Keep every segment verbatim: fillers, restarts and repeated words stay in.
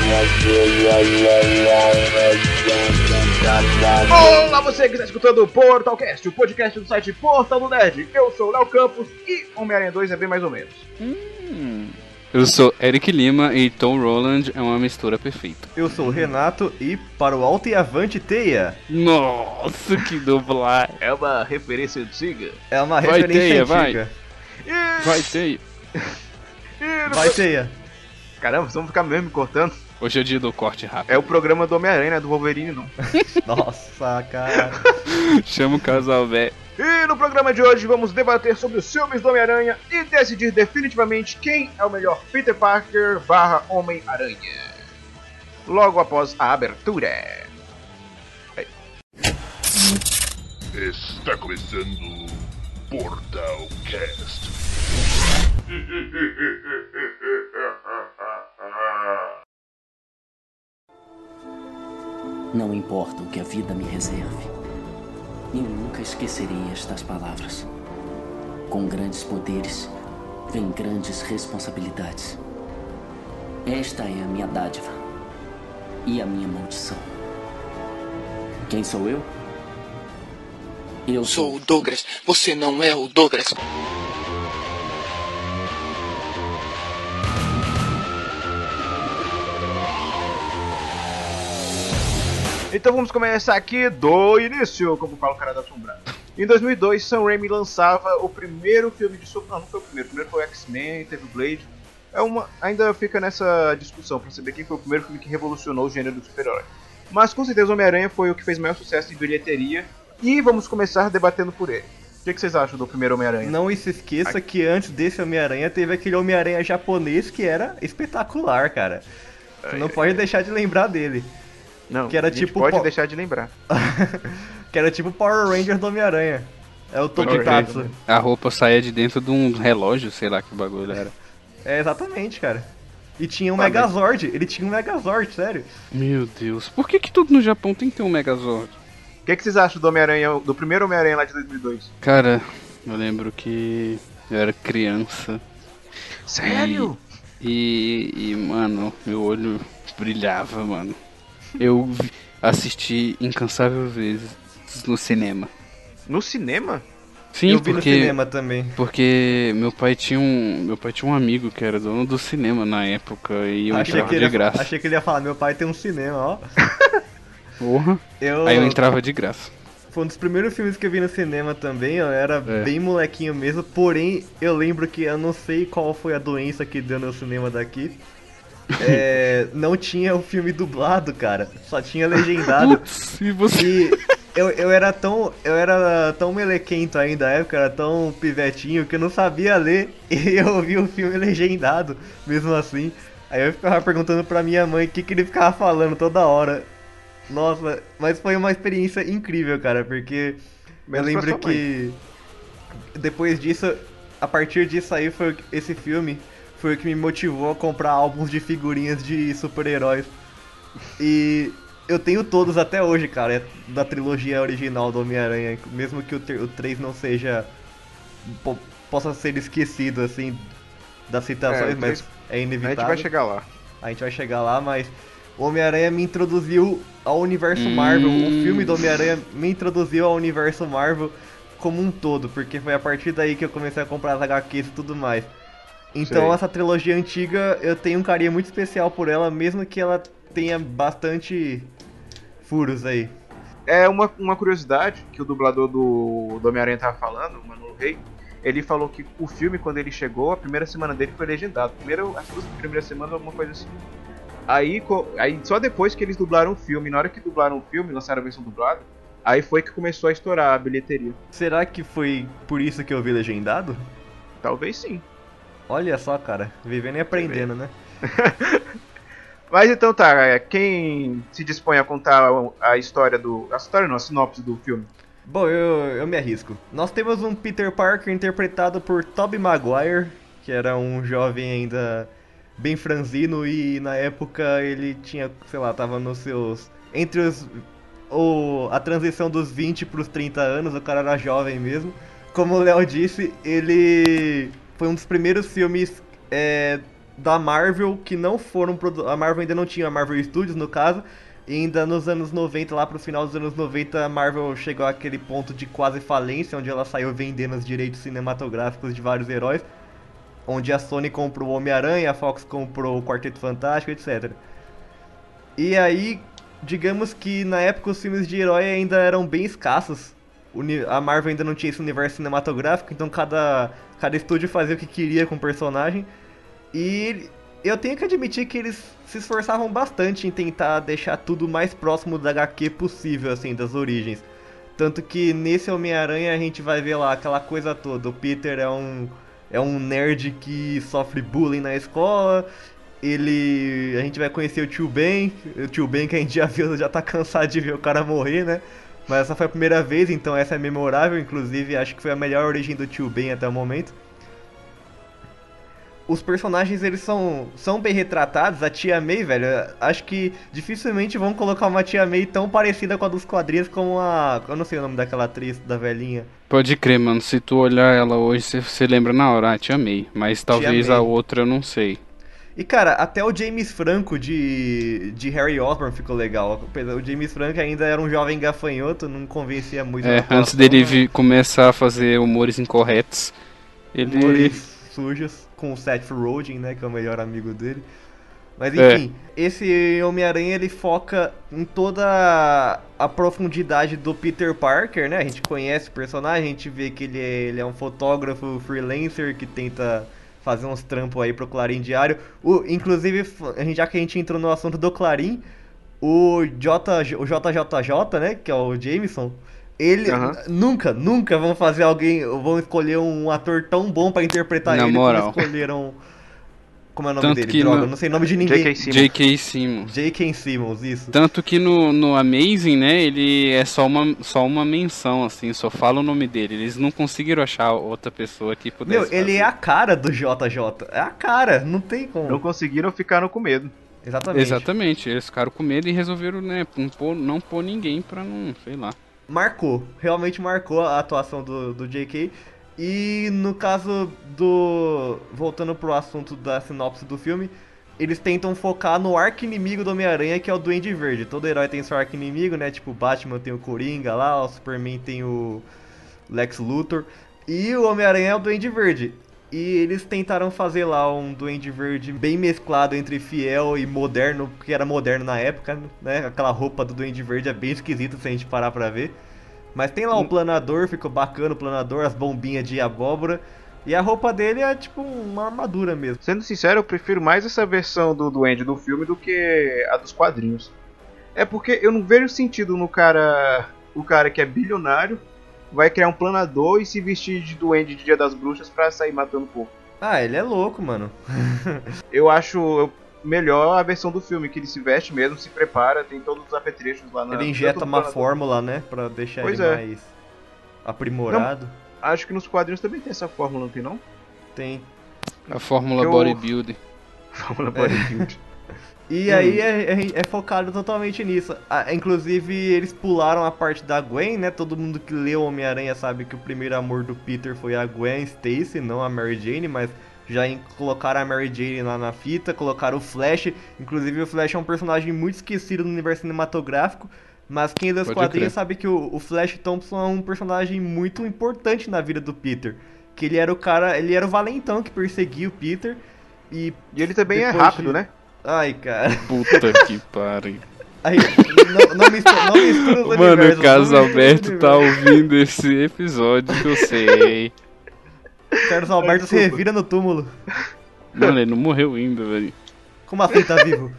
Olá, você que está escutando o Portalcast, o podcast do site Portal do Nerd. Eu sou o Léo Campos e Homem-Aranha dois é bem mais ou menos. Hum. Eu sou Eric Lima e Tom Holland é uma mistura perfeita. Eu sou o Renato e para o alto e avante teia. Nossa, que dublagem. É uma referência antiga. É uma Vai, referência teia, antiga. E... Vai, teia. E... Vai, teia. Caramba, vamos ficar mesmo me cortando. Hoje é dia do corte rápido. É o programa do Homem-Aranha, né? Do Wolverine, não. Nossa, cara. Chama o casal velho. E no programa de hoje vamos debater sobre os filmes do Homem-Aranha e decidir definitivamente quem é o melhor Peter Parker barra Homem-Aranha. Logo após a abertura. Está começando o Portalcast. Não importa o que a vida me reserve, eu nunca esquecerei estas palavras. Com grandes poderes, vem grandes responsabilidades. Esta é a minha dádiva e a minha maldição. Quem sou eu? Eu Sou o Douglas. Você não é o Douglas. Então vamos começar aqui do início, como fala o cara da Assombrada. Em dois mil e dois, Sam Raimi lançava o primeiro filme de super... Não, não foi o primeiro. O primeiro foi o X-Men, teve o Blade. É uma... Ainda fica nessa discussão pra saber quem foi o primeiro filme que revolucionou o gênero do super-herói. Mas com certeza o Homem-Aranha foi o que fez maior sucesso em bilheteria. E vamos começar debatendo por ele. O que, que vocês acham do primeiro Homem-Aranha? Não se esqueça que antes desse Homem-Aranha teve aquele Homem-Aranha japonês que era espetacular, cara. Você não pode deixar de lembrar dele. Não, que era a gente tipo pode po... deixar de lembrar. Que era tipo Power Rangers do Homem-Aranha. É o Tokitatsu. A roupa saía de dentro de um relógio, sei lá que bagulho era. É, exatamente, cara. E tinha um Ah, Megazord. Mas... Ele tinha um Megazord, sério. Meu Deus, por que que tudo no Japão tem que ter um Megazord? O que, que vocês acham do Homem-Aranha, do primeiro Homem-Aranha lá de dois mil e dois? Cara, eu lembro que eu era criança. Sério? E, e, e mano, meu olho brilhava, mano. Eu vi, assisti incansáveis vezes no cinema. No cinema? Sim, eu vi porque, no cinema também. Porque meu pai tinha um, meu pai tinha um amigo que era dono do cinema na época e eu achei entrava que de ele, graça. Achei que ele ia falar, meu pai tem um cinema, ó. Porra. Eu... Aí eu entrava de graça. Foi um dos primeiros filmes que eu vi no cinema também, eu era É. bem molequinho mesmo, porém eu lembro que eu não sei qual foi a doença que deu no cinema daqui. É, não tinha o filme dublado, cara, só tinha legendado. Putz, e você... E eu, eu era tão. Eu era tão melequento ainda na época, era tão pivetinho que eu não sabia ler e eu vi o filme legendado, mesmo assim. Aí eu ficava perguntando pra minha mãe o que, que ele ficava falando toda hora. Nossa, mas foi uma experiência incrível, cara, porque Menos eu pra lembro sua mãe. que depois disso, a partir disso aí, foi esse filme foi o que me motivou a comprar álbuns de figurinhas de super-heróis. E eu tenho todos até hoje, cara, da trilogia original do Homem-Aranha, mesmo que o, ter, o três não seja... Po, possa ser esquecido, assim, das citações, É, o mas três- é A inevitável. gente vai chegar lá. A gente vai chegar lá, mas o Homem-Aranha me introduziu ao universo Hum. Marvel. O filme do Homem-Aranha me introduziu ao universo Marvel como um todo, porque foi a partir daí que eu comecei a comprar as H Qs e tudo mais. Então Sei. essa trilogia antiga, eu tenho um carinho muito especial por ela, mesmo que ela tenha bastante furos aí. É uma, uma curiosidade que o dublador do, do Homem-Aranha tava falando, o Manolo Rey. Ele falou que o filme, quando ele chegou, a primeira semana dele foi legendado. Primeiro, as duas primeiras semanas, alguma coisa assim. Aí, co- aí só depois que eles dublaram o filme, na hora que dublaram o filme, lançaram a versão dublada, aí foi que começou a estourar a bilheteria. Será que foi por isso que eu vi legendado? Talvez sim. Olha só, cara, vivendo e aprendendo, né? Mas então tá, é, quem se dispõe a contar a, a história do... A história não, a sinopse do filme? Bom, eu, eu me arrisco. Nós temos um Peter Parker interpretado por Tobey Maguire, que era um jovem ainda bem franzino e na época ele tinha, sei lá, tava nos seus... Entre os... O, a transição dos vinte pros trinta anos, o cara era jovem mesmo. Como o Léo disse, ele foi um dos primeiros filmes é, da Marvel que não foram... Produ- a Marvel ainda não tinha, a Marvel Studios no caso, e ainda nos anos noventa, lá pro final dos anos noventa, a Marvel chegou àquele ponto de quase falência, onde ela saiu vendendo os direitos cinematográficos de vários heróis, onde a Sony comprou o Homem-Aranha, a Fox comprou o Quarteto Fantástico, etcétera. E aí, digamos que na época os filmes de herói ainda eram bem escassos. A Marvel ainda não tinha esse universo cinematográfico, então cada, cada estúdio fazia o que queria com o personagem. E eu tenho que admitir que eles se esforçavam bastante em tentar deixar tudo o mais próximo da H Q possível, assim, das origens. Tanto que nesse Homem-Aranha a gente vai ver lá aquela coisa toda. O Peter é um, é um nerd que sofre bullying na escola. Ele... A gente vai conhecer o Tio Ben. O Tio Ben que a gente já viu, já tá cansado de ver o cara morrer, né? Mas essa foi a primeira vez, então essa é memorável. Inclusive, acho que foi a melhor origem do Tio Ben até o momento. Os personagens, eles são, são bem retratados. A Tia May, velho, acho que dificilmente vão colocar uma Tia May tão parecida com a dos quadrinhos como a... Eu não sei o nome daquela atriz, da velhinha. Pode crer, mano. Se tu olhar ela hoje, você, você lembra na hora. Ah, Tia May. Mas talvez a outra eu não sei. E, cara, até o James Franco de, de Harry Osborn ficou legal. O James Franco ainda era um jovem gafanhoto, não convencia muito. É, antes dele vi, começar a fazer humores incorretos, ele... Humores sujos, com o Seth Rogen, né, que é o melhor amigo dele. Mas, enfim, é. Esse Homem-Aranha, ele foca em toda a profundidade do Peter Parker, né? A gente conhece o personagem, a gente vê que ele é, ele é um fotógrafo freelancer que tenta... fazer uns trampos aí pro Clarim Diário. O, inclusive, já que a gente entrou no assunto do Clarim, o, J, o J J J, né, que é o Jameson, ele uhum. nunca, nunca vão fazer alguém, vão escolher um ator tão bom pra interpretar Na ele moral. como escolheram... Como é o nome Tanto dele? Que Droga, no... eu não sei o nome de ninguém. J K. Simmons. J K. Simmons, isso. Tanto que no, no Amazing, né, ele é só uma, só uma menção, assim, só fala o nome dele. Eles não conseguiram achar outra pessoa que pudesse Meu, ele fazer. é a cara do J J. É a cara, não tem como. Não conseguiram, ficaram com medo. Exatamente. Exatamente, eles ficaram com medo e resolveram, né, não pôr, não pôr ninguém pra não, sei lá. Marcou, realmente marcou a atuação do, do J K. E no caso do... Voltando pro assunto da sinopse do filme, eles tentam focar no arqui-inimigo do Homem-Aranha, que é o Duende Verde. Todo herói tem seu arqui-inimigo, né? Tipo, o Batman tem o Coringa lá, o Superman tem o Lex Luthor. E o Homem-Aranha é o Duende Verde. E eles tentaram fazer lá um Duende Verde bem mesclado entre fiel e moderno, porque era moderno na época, né? Aquela roupa do Duende Verde é bem esquisita se a gente parar pra ver. Mas tem lá o planador, ficou bacana o planador, as bombinhas de abóbora. E a roupa dele é tipo uma armadura mesmo. Sendo sincero, eu prefiro mais essa versão do Duende do filme do que a dos quadrinhos. É porque eu não vejo sentido no cara... O cara que é bilionário vai criar um planador e se vestir de Duende de Dia das Bruxas pra sair matando o povo. Ah, ele é louco, mano. Eu acho melhor a versão do filme, que ele se veste mesmo, se prepara, tem todos os apetrechos lá na... Ele injeta uma fórmula, né, pra deixar pois ele é. mais aprimorado. Não, acho que nos quadrinhos também tem essa fórmula, não tem não? Tem. A fórmula eu... bodybuilding. Fórmula bodybuilding. E hum. aí é, é, é focado totalmente nisso. Ah, inclusive, eles pularam a parte da Gwen, né? Todo mundo que leu Homem-Aranha sabe que o primeiro amor do Peter foi a Gwen Stacy, não a Mary Jane, mas já colocaram a Mary Jane lá na fita, colocaram o Flash. Inclusive, o Flash é um personagem muito esquecido no universo cinematográfico, mas quem lê os Pode quadrinhos crer. sabe que o, o Flash Thompson é um personagem muito importante na vida do Peter. Que ele era o cara, ele era o valentão que perseguia o Peter. E, e ele também é depois rápido, de... né? Ai, cara. Puta que pariu. Aí, não, não mistura, não mistura os Mano, universos, o Carlos não mistura Alberto os tá universos. ouvindo esse episódio que eu sei. Carlos Alberto se revira no túmulo. Mano, ele não morreu ainda, velho. Como assim tá vivo?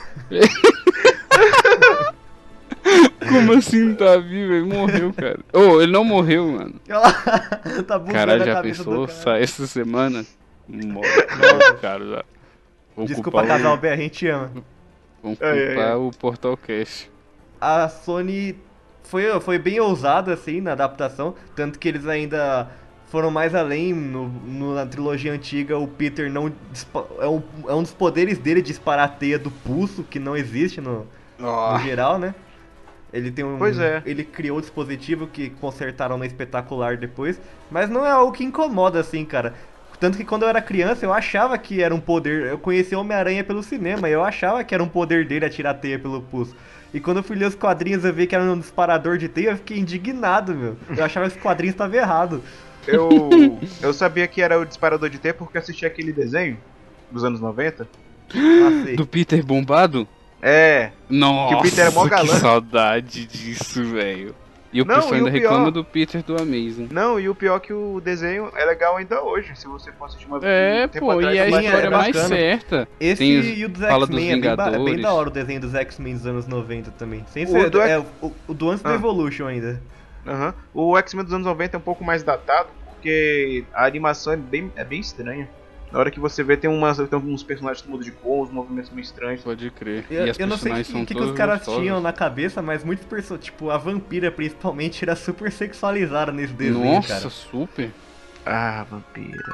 Como assim tá vivo? Ele morreu, cara. Oh, ele não morreu, mano. Tá buscando Caralho, a já cabeça pensou? do cara. Sai essa semana? Morre, cara, já. Vou Desculpa, culpar casal o... B, a gente te ama. Vamos Ai, ai, culpar ai. o Portalcast. A Sony foi, foi bem ousada, assim, na adaptação. Tanto que eles ainda foram mais além. No, no- na trilogia antiga, o Peter não... dispa- É um, é um dos poderes dele disparar a teia do pulso, que não existe no, no geral, né? Ele tem um, Pois é. Ele criou o dispositivo que consertaram no Espetacular depois. Mas não é algo que incomoda, assim, cara. Tanto que quando eu era criança, eu achava que era um poder. Eu conheci o Homem-Aranha pelo cinema, e eu achava que era um poder dele atirar teia pelo pulso. E quando eu fui ler os quadrinhos, eu vi que era um disparador de teia, eu fiquei indignado, meu. Eu achava que os quadrinhos estavam errados. Eu, eu sabia que era o disparador de teia porque eu assisti aquele desenho dos anos noventa. Ah, sei. Do Peter bombado? É, Nossa, Que o Peter é mó que galã. saudade disso, velho. E o Não, pessoal e ainda o pior- reclama do Peter do Amazing. não, e o pior é que o desenho é legal ainda hoje, se você for assistir uma É, um tempo pô, atrás, e a eu baixei- história é mais bacana. certa. Esse Tem os- e o dos fala dos X-Men, é, bem ba- é bem Vingadores. da hora o desenho dos X-Men dos anos noventa também. Sem O ser, do é, X- o, o do antes do Ah. Evolution ainda. Aham. O X-Men dos anos noventa é um pouco mais datado, porque a animação é bem, é bem estranha. Na hora que você vê, tem, umas, tem uns personagens que mudam de cor, uns movimentos meio estranhos. Pode crer. Eu, e as eu não sei o personagens que, são que, que todas os caras gostosas. tinham na cabeça, mas muitas pessoas, tipo, a vampira principalmente era super sexualizada nesse desenho, Nossa, cara. super. Ah, vampira.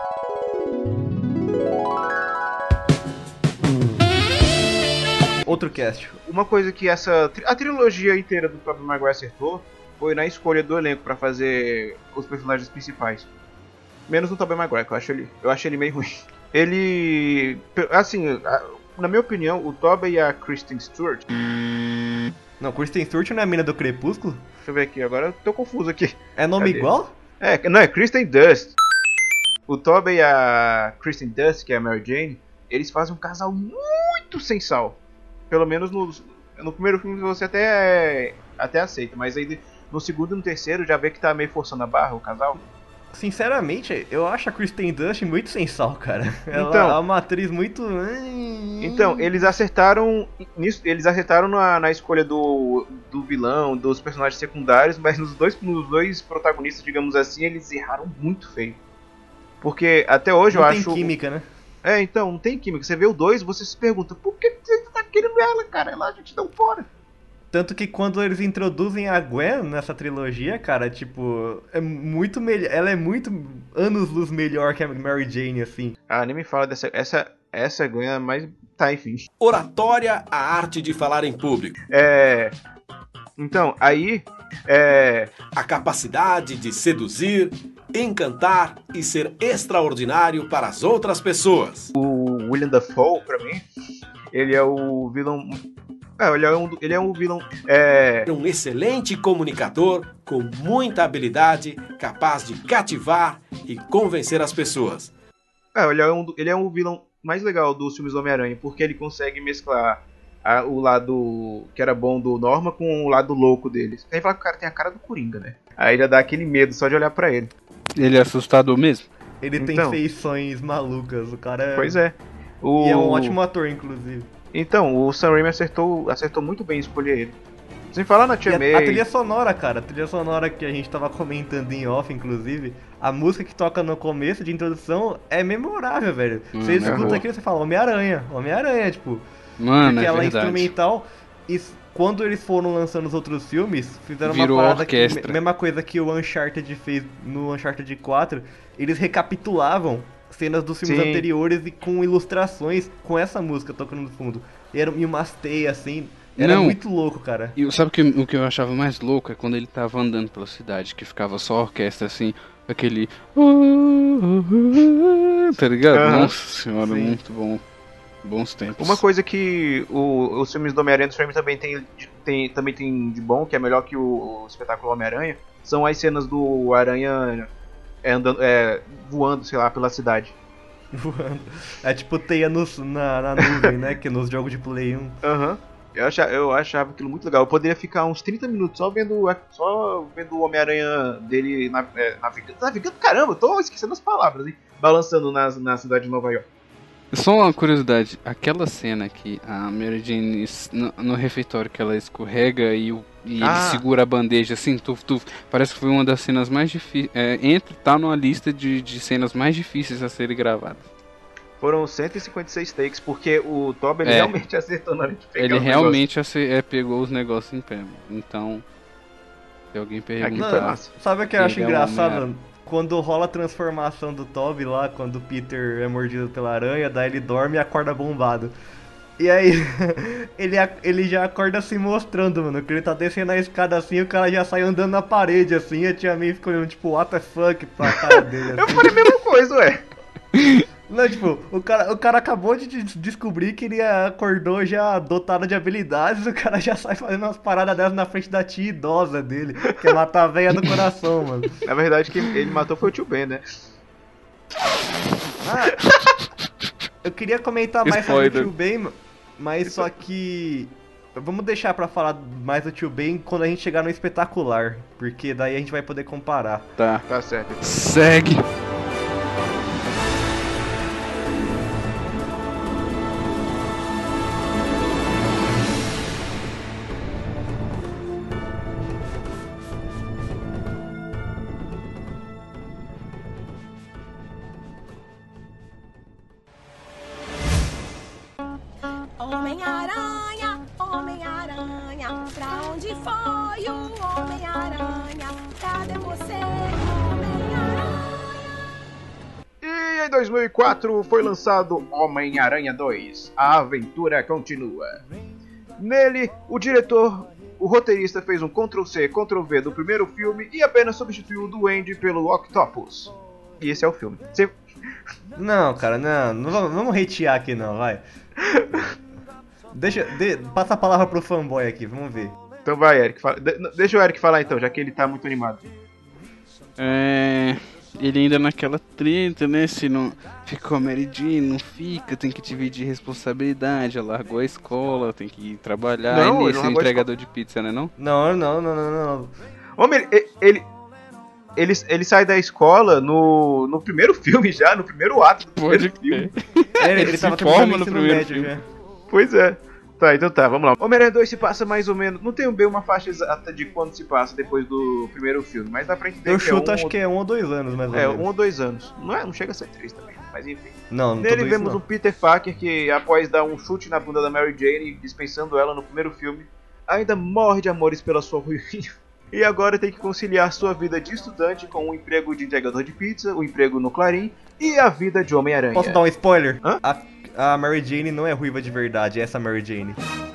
Outro cast. Uma coisa que essa tri- a trilogia inteira do Tobey Maguire acertou foi na escolha do elenco pra fazer os personagens principais. Menos no Tobey Maguire, que eu acho ele, eu acho ele meio ruim. Ele, pe- assim, a- na minha opinião, o Tobey e a Kristen Stewart. Não, Kristen Stewart não é a mina do Crepúsculo? Deixa eu ver aqui, agora eu tô confuso aqui. É nome Cadê? igual? É, não, é Kristen Dust. O Tobey e a Kristen Dust, que é a Mary Jane, eles fazem um casal muito sem sal. Pelo menos no, no primeiro filme você até, até aceita, mas aí no segundo e no terceiro já vê que tá meio forçando a barra o casal. Sinceramente, eu acho a Kristen Dust muito sem sal, cara. Ela Então. é uma atriz muito... Então, eles acertaram nisso, eles acertaram na, na escolha do, do vilão, dos personagens secundários, mas nos dois, nos dois protagonistas, digamos assim, eles erraram muito feio. Porque até hoje não eu tem acho... química, né? É, então, não tem química. Você vê o dois, você se pergunta, por que você tá querendo ela, cara? Ela a gente deu fora. Tanto que quando eles introduzem a Gwen nessa trilogia, cara, tipo, é muito melhor. Ela é muito anos-luz melhor que a Mary Jane, assim. Ah, nem me fala dessa... Essa, essa ganha mais... Tá, enfim. Oratória, a arte de falar em público. É... Então, aí... É... A capacidade de seduzir, encantar e ser extraordinário para as outras pessoas. O William Dafoe, pra mim, ele é o vilão... É, ele é um, ele é um vilão... É... Um excelente comunicador com muita habilidade, capaz de cativar e convencer as pessoas. É, ele é um, ele é um vilão mais legal dos filmes do Homem-Aranha, porque ele consegue mesclar a, o lado que era bom do Norman com o lado louco deles. Aí fala que o cara tem a cara do Coringa, né? Aí já dá aquele medo só de olhar pra ele. Ele é assustador mesmo? Ele tem Então. feições malucas, o cara é... Pois é. O... E é um ótimo ator, inclusive. Então, o Sam Raimi acertou, acertou muito bem em escolher ele. Sem falar na E Tia a, May. a trilha sonora, cara, a trilha sonora que a gente tava comentando em off, inclusive, a música que toca no começo de introdução é memorável, velho. Hum, Você é escuta boa. aquilo e você fala, Homem-Aranha, Homem-Aranha, tipo... Mano, porque é ela é verdade. instrumental e quando eles foram lançando os outros filmes, fizeram Virou uma parada orquestra. que, mesma coisa que o Uncharted fez no Uncharted quatro, eles recapitulavam cenas dos filmes Sim. anteriores e com ilustrações com essa música tocando no fundo. E, era, e umas teias assim, era Não. muito louco, cara. E sabe o que, o que eu achava mais louco é quando ele tava andando pela cidade, que ficava só a orquestra assim, aquele. Tá ligado? Aham. Nossa senhora, Sim. muito bom. Bons tempos. Uma coisa que o- os filmes do Homem-Aranha do Raimi também tem, tem, também tem de bom, que é melhor que o, o espetáculo Homem-Aranha, são as cenas do Aranha é, andando, é, voando, sei lá, pela cidade. Voando. É tipo teia no, na, na nuvem, né? Que nos jogos de Play um. Aham. Eu, achava, eu achava aquilo muito legal. Eu poderia ficar uns trinta minutos só vendo, só vendo o Homem-Aranha dele na, é, navegando. Navegando, caramba, eu tô esquecendo as palavras, hein? Balançando na, na cidade de Nova York. Só uma curiosidade, aquela cena que a Mary Jane no, no refeitório que ela escorrega e, o, e Ah. ele segura a bandeja assim, tuf, tuf, parece que foi uma das cenas mais difíceis. É, entra, tá numa lista de, de cenas mais difíceis a serem gravadas. Foram cento e cinquenta e seis takes, porque o Tobey ele É. realmente acertou na hora de pegar Ele os negócios. realmente ace- é, pegou os negócios em pé. Então, se alguém Aqui foi perguntar. massa. Sabe o que eu Ele acho é um engraçado? Homem-Aranha. Quando rola a transformação do Toby lá, quando o Peter é mordido pela aranha, daí ele dorme e acorda bombado. E aí, ele, a- ele já acorda se mostrando, mano, que ele tá descendo a escada assim, o cara já sai andando na parede assim, e a tia May fica olhando tipo, what the fuck pra cara dele Eu assim. falei a mesma coisa, ué. Não, tipo, o cara, o cara acabou de des- descobrir que ele acordou já dotado de habilidades, o cara já sai fazendo umas paradas dessas na frente da tia idosa dele, que é matar a veia do coração, mano. Na verdade, quem ele matou foi o tio Ben, né? Eu queria comentar mais Spoiler. sobre o Tio Ben, mas só que... Vamos deixar pra falar mais do Tio Ben quando a gente chegar no espetacular, porque daí a gente vai poder comparar. Tá. Tá certo. Segue. Homem-Aranha, Homem-Aranha, pra onde foi o Homem-Aranha? Cadê você, Homem-Aranha? E em dois mil e quatro foi lançado Homem-Aranha dois. A aventura continua. Nele, o diretor, o roteirista fez um control C, control V do primeiro filme e apenas substituiu o Duende pelo Octopus. E esse é o filme. Você... Não, cara, não, não vamos, vamos hatear aqui não, vai. Deixa, de, passa a palavra pro fanboy aqui, vamos ver. Então vai, Eric. Fala... De- deixa o Eric falar então, já que ele tá muito animado. É. Ele ainda naquela treta, né? Se não fica com a Mary Jane, não fica, tem que dividir responsabilidade. Ela largou a escola, tem que ir trabalhar. Não, Não, ele ele não é largou a entregador de pizza, né? Não? Não, não, não, não, não. Homem, ele, ele, ele, ele sai da escola no, no primeiro filme já, no primeiro ato do Pode primeiro filme. É, ele, Ele ele se tava forma terminando o no ensino primeiro médio filme. já. Pois é. Tá, então tá, vamos lá. Homem-Aranha dois se passa mais ou menos... Não tem bem uma faixa exata de quando se passa depois do primeiro filme, mas dá pra entender Eu que chuto, é um, acho ou- que é um ou dois anos, mais ou é, menos. um ou dois anos. Não, é, não chega a ser três também, mas enfim. Não, não Nele tudo isso vemos não. um Peter Parker que, após dar um chute na bunda da Mary Jane, dispensando ela no primeiro filme, ainda morre de amores pela sua ruivinha. E agora tem que conciliar sua vida de estudante com um emprego de entregador de pizza, o emprego no Clarim e a vida de Homem-Aranha. Posso dar um spoiler? Hã? A, a Mary Jane não é ruiva de verdade, é essa Mary Jane.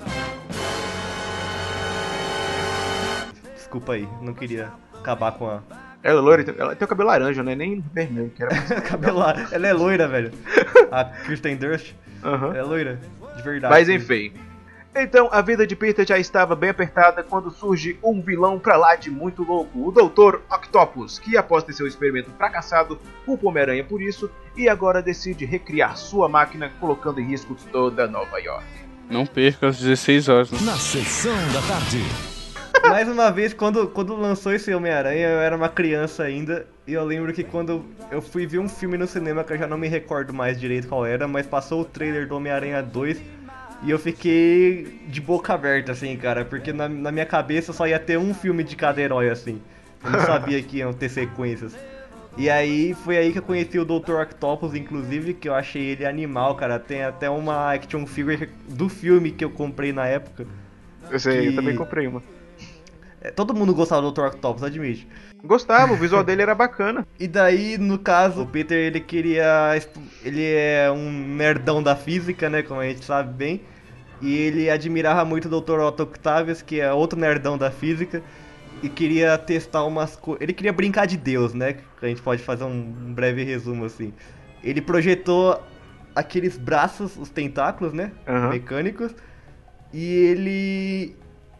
Desculpa aí, não queria acabar com a... Ela é loira, ela tem o cabelo laranja, né? Nem vermelho, que era pra... Cabelar. Ela é loira, velho. A Kristen Durst Aham. é loira, de verdade. Mas enfim. Então, a vida de Peter já estava bem apertada quando surge um vilão pra lá de muito louco, o doutor Octopus, que após ter seu experimento fracassado, culpa o Homem-Aranha por isso e agora decide recriar sua máquina, colocando em risco toda Nova York. Não perca às dezesseis horas. Né? Na sessão da tarde. Mais uma vez, quando, quando lançou esse Homem-Aranha, eu era uma criança ainda. E eu lembro que quando eu fui ver um filme no cinema, que eu já não me recordo mais direito qual era, mas passou o trailer do Homem-Aranha dois. E eu fiquei de boca aberta, assim, cara. Porque na, na minha cabeça só ia ter um filme de cada herói, assim. Eu não sabia que iam ter sequências. E aí, foi aí que eu conheci o doutor Octopus, inclusive, que eu achei ele animal, cara. Tem até uma action figure do filme que eu comprei na época. Eu sei, Que- eu também comprei uma. É, todo mundo gostava do doutor Octopus, admite. Gostava, o visual dele era bacana. E daí, no caso, o Peter, ele queria... estu- Ele é um nerdão da física, né, como a gente sabe bem. E ele admirava muito o doutor Otto Octavius, que é outro nerdão da física. E queria testar umas coisas... Ele queria brincar de Deus, né? A gente pode fazer um um breve resumo, assim. Ele projetou aqueles braços, os tentáculos, né? Aham. Mecânicos. E ele...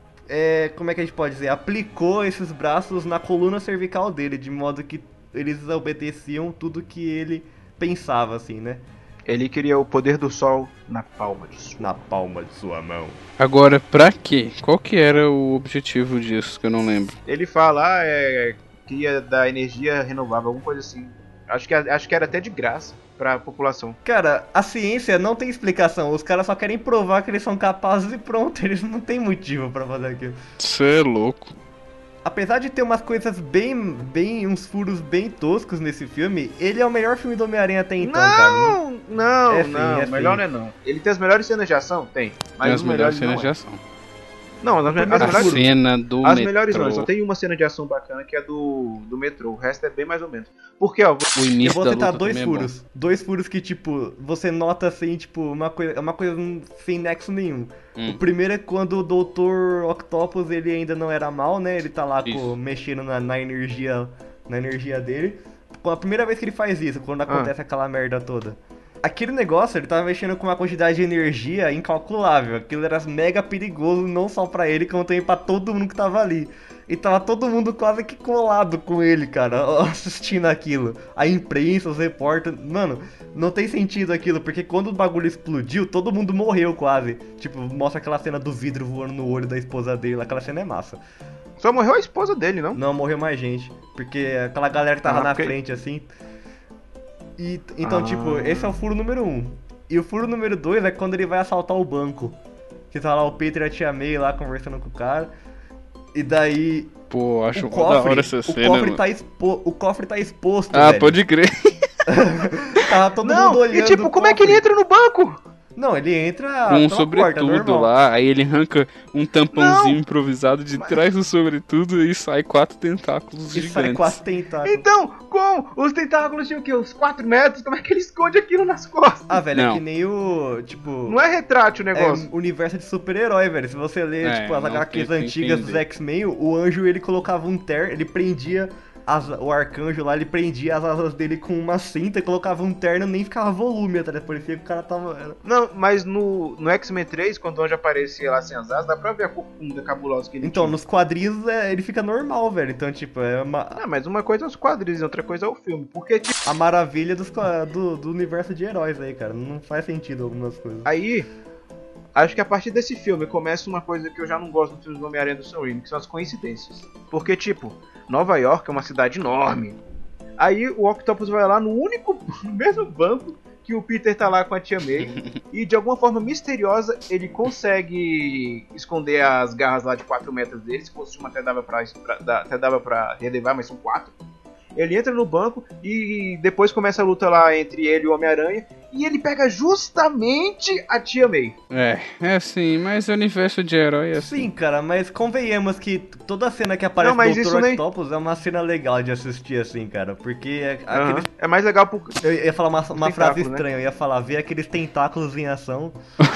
É, como é que a gente pode dizer? Aplicou esses braços na coluna cervical dele, de modo que eles obedeciam tudo que ele pensava, assim, né? Ele queria o poder do sol na palma de sua. Na palma de sua mão. Agora, pra quê? Qual que era o objetivo disso, que eu não lembro? Ele fala, ah, é, queria dar energia renovável, alguma coisa assim. Acho que, acho que era até de graça pra população. Cara, a ciência não tem explicação. Os caras só querem provar que eles são capazes e pronto. Eles não têm motivo pra fazer aquilo. Você é louco. Apesar de ter umas coisas bem, bem, uns furos bem toscos nesse filme, ele é o melhor filme do Homem-Aranha até então, cara. Não- não, não, É sim, não, é melhor sim. não é não. Ele tem as melhores cenas de ação? Tem. Mas Tem as os melhores cenas melhores não de é. ação. Não, as, me- as primeiro A melhores... cena do As metrô. melhores não, só tem uma cena de ação bacana que é do, do metrô, o resto é bem mais ou menos. Porque, ó, O início Eu vou da citar luta dois também é bom. furos. Dois furos que, tipo, você nota assim, tipo, uma coisa, uma coisa sem nexo nenhum. Hum. O primeiro é quando o doutor Octopus, ele ainda não era mal, né? Ele tá lá Isso. com- mexendo na, na energia na energia dele. a primeira vez que ele faz isso, quando acontece ah. aquela merda toda. Aquele negócio, ele tava mexendo com uma quantidade de energia incalculável. Aquilo era mega perigoso, não só pra ele, como também pra todo mundo que tava ali. E tava todo mundo quase que colado com ele, cara, assistindo aquilo. A imprensa, os repórteres... Mano, não tem sentido aquilo, porque quando o bagulho explodiu, todo mundo morreu quase. Tipo, mostra aquela cena do vidro voando no olho da esposa dele, aquela cena é massa. Só morreu a esposa dele, não? Não, morreu mais gente, porque aquela galera que tava ah, na porque... frente, assim... E, então, ah. tipo, esse é o furo número um. E o furo número dois é quando ele vai assaltar o banco. Que tá lá o Peter e a Tia May lá conversando com o cara. E daí... Pô, acho o cofre, da hora essa o cena, cofre mano. tá expo... O cofre tá exposto, Ah, velho. pode crer. Tava todo não, mundo olhando. E tipo, como é que ele entra no banco? Não, ele entra com um pela sobretudo porta, lá, aí ele arranca um tampãozinho não, improvisado de mas... trás do sobretudo e sai quatro tentáculos e gigantes. Sai quatro tentáculos. Então, como? Os tentáculos tinham o quê? Uns quatro metros? Como é que ele esconde aquilo nas costas? Ah, velho, não. é que nem o, tipo... Não é retrátil o negócio. É universo de super-herói, velho. Se você ler, é, tipo, as agá quês antigas entender. dos X-Men, o anjo, ele colocava um terno, ele prendia... As, o arcanjo lá, ele prendia as asas dele com uma cinta e colocava um terno, nem ficava volume atrás, parecia que o cara tava... Não, mas no, no X-Men três, quando o anjo aparecia lá sem as asas, dá pra ver a corcunda cabulosa que ele Então, tinha. nos quadrinhos é, ele fica normal, velho, então, tipo, é uma... Não, mas uma coisa é os quadrinhos e outra coisa é o filme, porque, tipo... A maravilha dos, do, do universo de heróis aí, cara, não faz sentido algumas coisas. Aí... Acho que a partir desse filme começa uma coisa que eu já não gosto dos filmes do Homem-Aranha do Sam Raimi, que são as coincidências. Porque, tipo, Nova York é uma cidade enorme. Aí o Octopus vai lá no único, no mesmo banco que o Peter tá lá com a Tia May. E de alguma forma misteriosa ele consegue esconder as garras lá de quatro metros dele. Se fosse uma até dava pra, pra, até dava pra relevar, mas são quatro. Ele entra no banco e depois começa a luta lá entre ele e o Homem-Aranha. E ele pega justamente a Tia May. É, é assim, mas o universo de herói é assim. Sim, cara, mas convenhamos que toda cena que aparece não, do doutor nem... Octopus é uma cena legal de assistir, assim, cara. Porque é, uhum. aqueles... é mais legal por... Eu ia falar uma, uma frase estranha, né? eu ia falar, ver aqueles tentáculos em ação.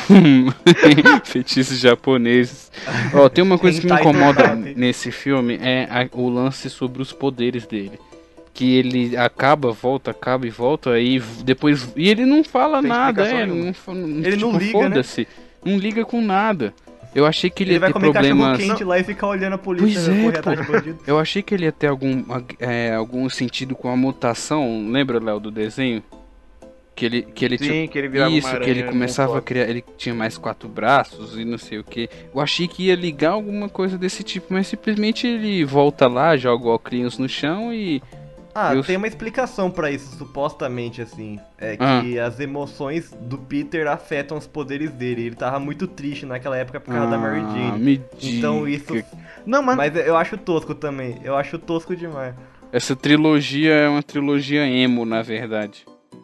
Feitiços japoneses. Ó, oh, tem uma coisa que me incomoda nesse filme, é a, o lance sobre os poderes dele. Que ele acaba, volta, acaba e volta, e depois. E ele não fala Tem nada, é. Não, ele tipo, não liga, foda-se. Né? Não liga com nada. Eu achei que ele, ele ia ter vai comer problemas. Cachorro quente lá e ficar olhando a polícia pois é, correr atrás de bandido. Eu achei que ele ia ter algum, é, algum sentido com a mutação. Lembra, Léo, do desenho? Que ele, que ele Sim, tinha... que ele virava Isso, uma aranha, que ele começava a criar. Ele tinha mais quatro braços e não sei o que. Eu achei que ia ligar alguma coisa desse tipo, mas simplesmente ele volta lá, joga o óculos no chão e. Ah, eu... tem uma explicação pra isso, supostamente, assim. É que ah. as emoções do Peter afetam os poderes dele. Ele tava muito triste naquela época por causa ah, da Mary Jane. Me então diga. isso... Não, mas... mas eu acho tosco também. Eu acho tosco demais. Essa trilogia é uma trilogia emo, na verdade.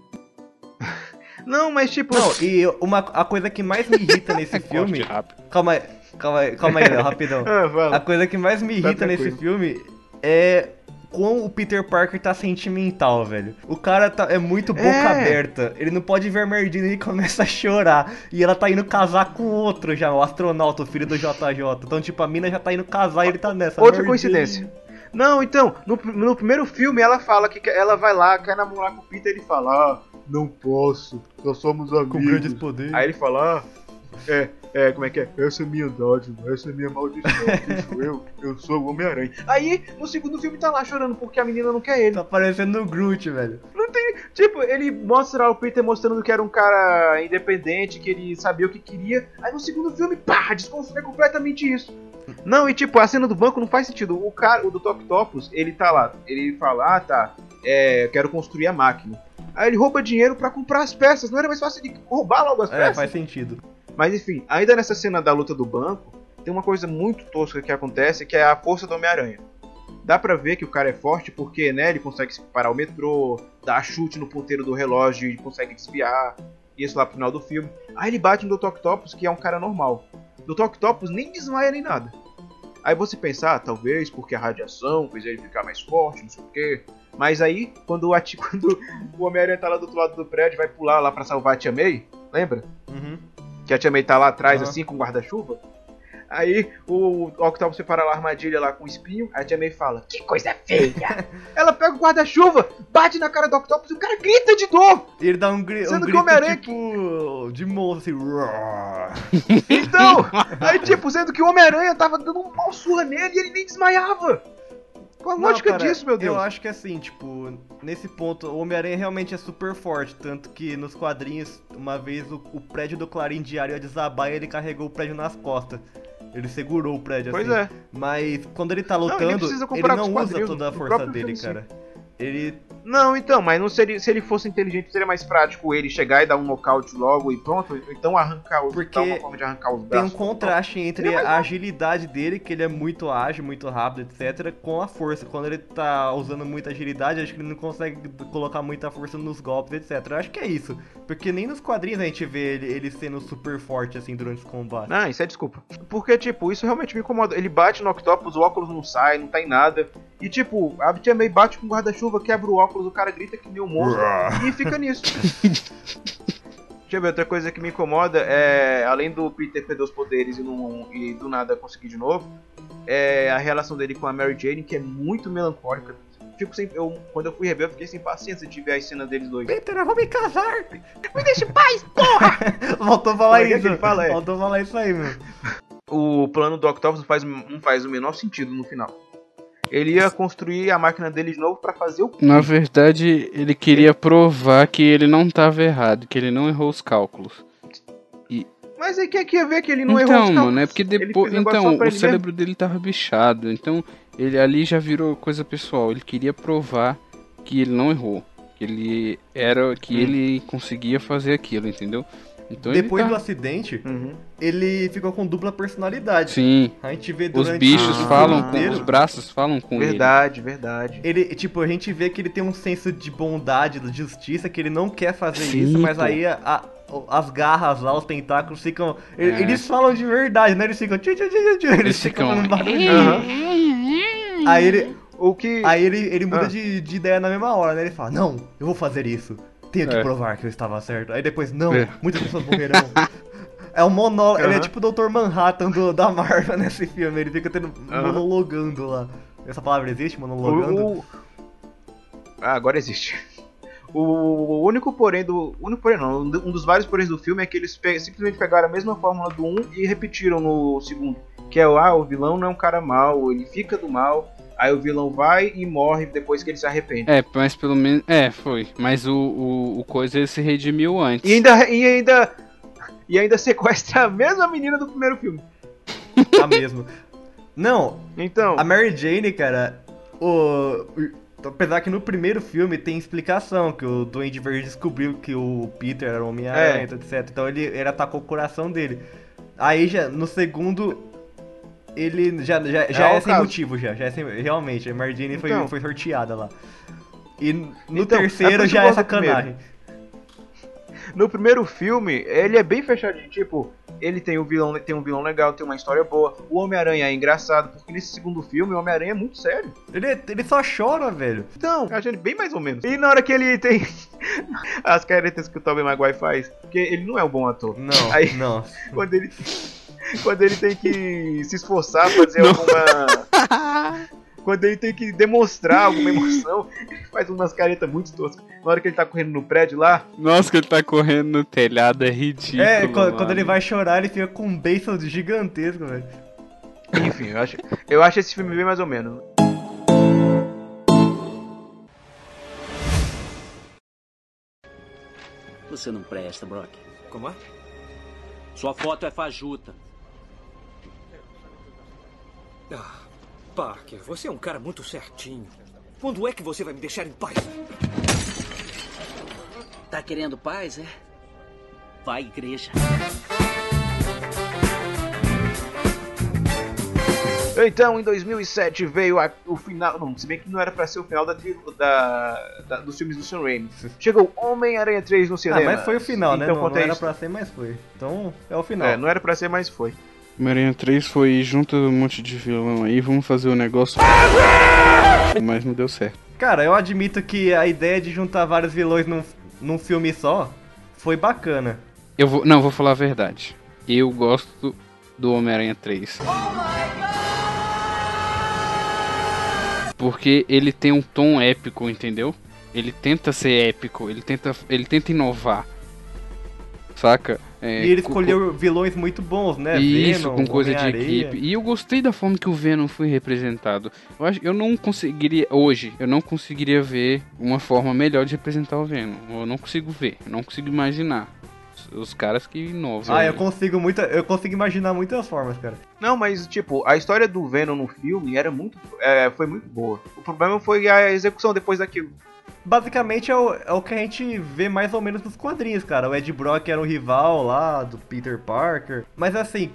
Não, mas tipo... Não, e uma, a coisa que mais me irrita nesse filme... Calma aí, calma aí, calma aí, Léo, rapidão. Ah, a coisa que mais me irrita tá nesse filme é... Como o Peter Parker tá sentimental, velho. O cara tá, é muito boca é. aberta. Ele não pode ver a Merdina e começa a chorar. E ela tá indo casar com outro já, o astronauta, o filho do J J. Então, tipo, a mina já tá indo casar e ele tá nessa. Outra Merdina. Coincidência. Não, então, no, no primeiro filme ela fala que ela vai lá, quer namorar com o Peter e ele fala, ah, não posso, nós somos amigos. Com grandes poderes. Aí ele fala, ah, é, é, como é que é? Essa é minha dádiva, essa é minha maldição, quem sou eu? Eu sou o Homem-Aranha. Aí, no segundo filme tá lá chorando porque a menina não quer ele. Tá parecendo no Groot, velho. Não tem, tipo, ele mostra o Peter mostrando que era um cara independente, que ele sabia o que queria. Aí no segundo filme, pá, desconstrói completamente isso. Não, e tipo, a cena do banco não faz sentido. O cara, o do Octopus, ele tá lá, ele fala, ah, tá, é, eu quero construir a máquina. Aí ele rouba dinheiro pra comprar as peças, não era mais fácil de roubar logo as peças? É, faz sentido. Mas enfim, ainda nessa cena da luta do banco, tem uma coisa muito tosca que acontece, que é a força do Homem-Aranha. Dá pra ver que o cara é forte porque, né, ele consegue parar o metrô, dar chute no ponteiro do relógio e consegue desviar. Isso lá pro final do filme. Aí ele bate no doutor Octopus, que é um cara normal. O doutor Octopus nem desmaia nem nada. Aí você pensa, ah, talvez porque a radiação fez ele ficar mais forte, não sei o quê. Mas aí, quando o, ati... quando o Homem-Aranha tá lá do outro lado do prédio, vai pular lá pra salvar a Tia May, lembra? Uhum. Que a Tia May tá lá atrás, uhum. assim, com guarda-chuva. Aí o Octopus separa lá a armadilha lá com o espinho, aí a Tia May fala, que coisa feia! Ela pega o guarda-chuva, bate na cara do Octopus e o cara grita de dor! E ele dá um, gri Sendo um que grito Homem-Aranha tipo de monstro, assim. Então, aí tipo, sendo que o Homem-Aranha tava dando um mal surra nele e ele nem desmaiava! Qual a Não, lógica cara, disso, meu Deus? Eu acho que assim, tipo, nesse ponto, o Homem-Aranha realmente é super forte. Tanto que nos quadrinhos, uma vez o, o prédio do Clarim Diário ia desabar e ele carregou o prédio nas costas. Ele segurou o prédio Pois assim. é. Mas quando ele tá Não, e nem lutando, precisa ele comparar não com os usa quadrinhos, toda a no força próprio dele, filme, cara. Ele. Não, então, mas não seria, se ele fosse inteligente, seria mais prático ele chegar e dar um nocaute logo e pronto, então arrancar os, Porque dar uma forma de arrancar os Tem um braços. contraste entre Seria mais a agilidade dele, que ele é muito ágil, muito rápido, etcétera, com a força. Quando ele tá usando muita agilidade, acho que ele não consegue colocar muita força nos golpes, etcétera. Eu acho que é isso. Porque nem nos quadrinhos a gente vê ele, ele sendo super forte assim durante os combates. Não, isso é desculpa. Porque, tipo, isso realmente me incomoda. Ele bate no Octopus, o óculos não sai, não tá em nada. E, tipo, a Tia May bate com o guarda-chuva, quebra o óculos, o cara grita que nem um monstro e fica nisso. Deixa eu ver, outra coisa que me incomoda é, além do Peter perder os poderes e, não, e do nada conseguir de novo, é a relação dele com a Mary Jane, que é muito melancólica. Fico sem, eu, quando eu fui rever, eu fiquei sem paciência de ver as cenas deles dois. Peter, eu vou me casar! Me deixa em paz, porra! Voltou a falar Como é que isso. ele fala, é? Voltou a falar isso aí, meu. O plano do Octopus não faz, não faz o menor sentido no final. Ele ia construir a máquina dele de novo pra fazer o... Na verdade, ele queria provar que ele não estava errado, que ele não errou os cálculos. E... Mas aí quem é que ia ver que ele não então, errou os cálculos? mano, é porque depois... Então, o cérebro mesmo. dele tava bichado, então ele ali já virou coisa pessoal. Ele queria provar que ele não errou, que ele era, que hum. ele conseguia fazer aquilo, entendeu? Então Depois tá... do acidente, uhum. ele ficou com dupla personalidade. Sim. A gente vê durante os bichos o falam inteiro. com os braços falam com verdade, ele. Verdade, verdade. Ele, tipo, a gente vê que ele tem um senso de bondade, de justiça, que ele não quer fazer Sim, isso, mas pô. aí a, a, as garras lá, os tentáculos ficam... É. Eles falam de verdade, né? Eles ficam... Tchu, tchu, tchu, tchu, eles, eles ficam... ficam barulho. Uhum. Aí ele... O que... Aí ele, ele muda ah. de, de ideia na mesma hora, né? Ele fala, não, eu vou fazer isso. Tenho que É. provar que eu estava certo. Aí depois, não, É. muitas pessoas morrerão. É um monólogo, Uhum. ele é tipo o doutor Manhattan do, da Marvel nesse filme, ele fica tendo Uhum. monologando lá. Essa palavra existe, monologando? O, o... Ah, agora existe. O único porém do... O único porém não, um dos vários poréns do filme é que eles pe... simplesmente pegaram a mesma fórmula do um e repetiram no segundo. Que é o, ah, o vilão não é um cara mau, ele fica do mal... Aí o vilão vai e morre depois que ele se arrepende. É, mas pelo menos... É, foi. Mas o, o, o coisa ele se redimiu antes. E ainda, e ainda... E ainda sequestra a mesma menina do primeiro filme. A mesma. Não, Então... a Mary Jane, cara, o... apesar que no primeiro filme tem explicação, que o Duende Verde descobriu que o Peter era o Homem-Aranha, É. etcétera. Então ele, ele atacou o coração dele. Aí já, no segundo... Ele já, já, já é, o sem caso. motivo, já. já é sem, realmente, a Mary Jane foi, Então. foi sorteada lá. E no Então, terceiro é já é principal do primeiro. sacanagem. No primeiro filme, ele é bem fechadinho, tipo, ele tem um vilão, tem um vilão legal, tem uma história boa. O Homem-Aranha é engraçado, porque nesse segundo filme o Homem-Aranha é muito sério. Ele, ele só chora, velho. Então, eu acho ele bem mais ou menos. E na hora que ele tem as caretas que o Tobey Maguire faz, porque ele não é um bom ator. Não, Aí, não. Quando ele quando ele tem que se esforçar, fazer não. alguma quando ele tem que demonstrar alguma emoção, ele faz umas caretas muito toscas. Na hora que ele tá correndo no prédio lá... Nossa, que ele tá correndo no telhado, é ridículo. É, quando, mano. quando ele vai chorar, ele fica com um beijo gigantesco, velho. Enfim, eu acho, eu acho esse filme bem mais ou menos. Você não presta, Brock. Como é? Sua foto é fajuta. Ah, Parker, você é um cara muito certinho. Quando é que você vai me deixar em paz? Tá querendo paz, é? Vai, igreja. Então, em dois mil e sete veio a, o final... Não, se bem que não era pra ser o final da, da, da, dos filmes do Sam Raimi. Chegou Homem-Aranha três no cinema. Ah, mas foi o final, né? Então, Não, não era isso. pra ser, mas foi. Então, é o final. É, não era pra ser, mas foi. Homem-Aranha três foi junto um monte de vilão aí, vamos fazer o negócio. Mas não deu certo. Cara, eu admito que a ideia de juntar vários vilões num, num filme só foi bacana. Eu vou, não, vou falar a verdade. Eu gosto do Homem-Aranha três. Porque ele tem um tom épico, entendeu? Ele tenta ser épico, ele tenta, ele tenta inovar. Saca? É, e ele escolheu com, vilões muito bons, né? Isso, Venom, com coisa de equipe. E eu gostei da forma que o Venom foi representado. Eu, acho, eu não conseguiria, hoje, eu não conseguiria ver uma forma melhor de representar o Venom. Eu não consigo ver, eu não consigo imaginar. Os caras que inovam. Ah, eu consigo muita, eu consigo imaginar muitas formas, cara. Não, mas tipo, a história do Venom no filme era muito, é, foi muito boa. O problema foi a execução depois daquilo. Basicamente é o, é o que a gente vê mais ou menos nos quadrinhos, cara. O Ed Brock era o rival lá do Peter Parker. Mas assim,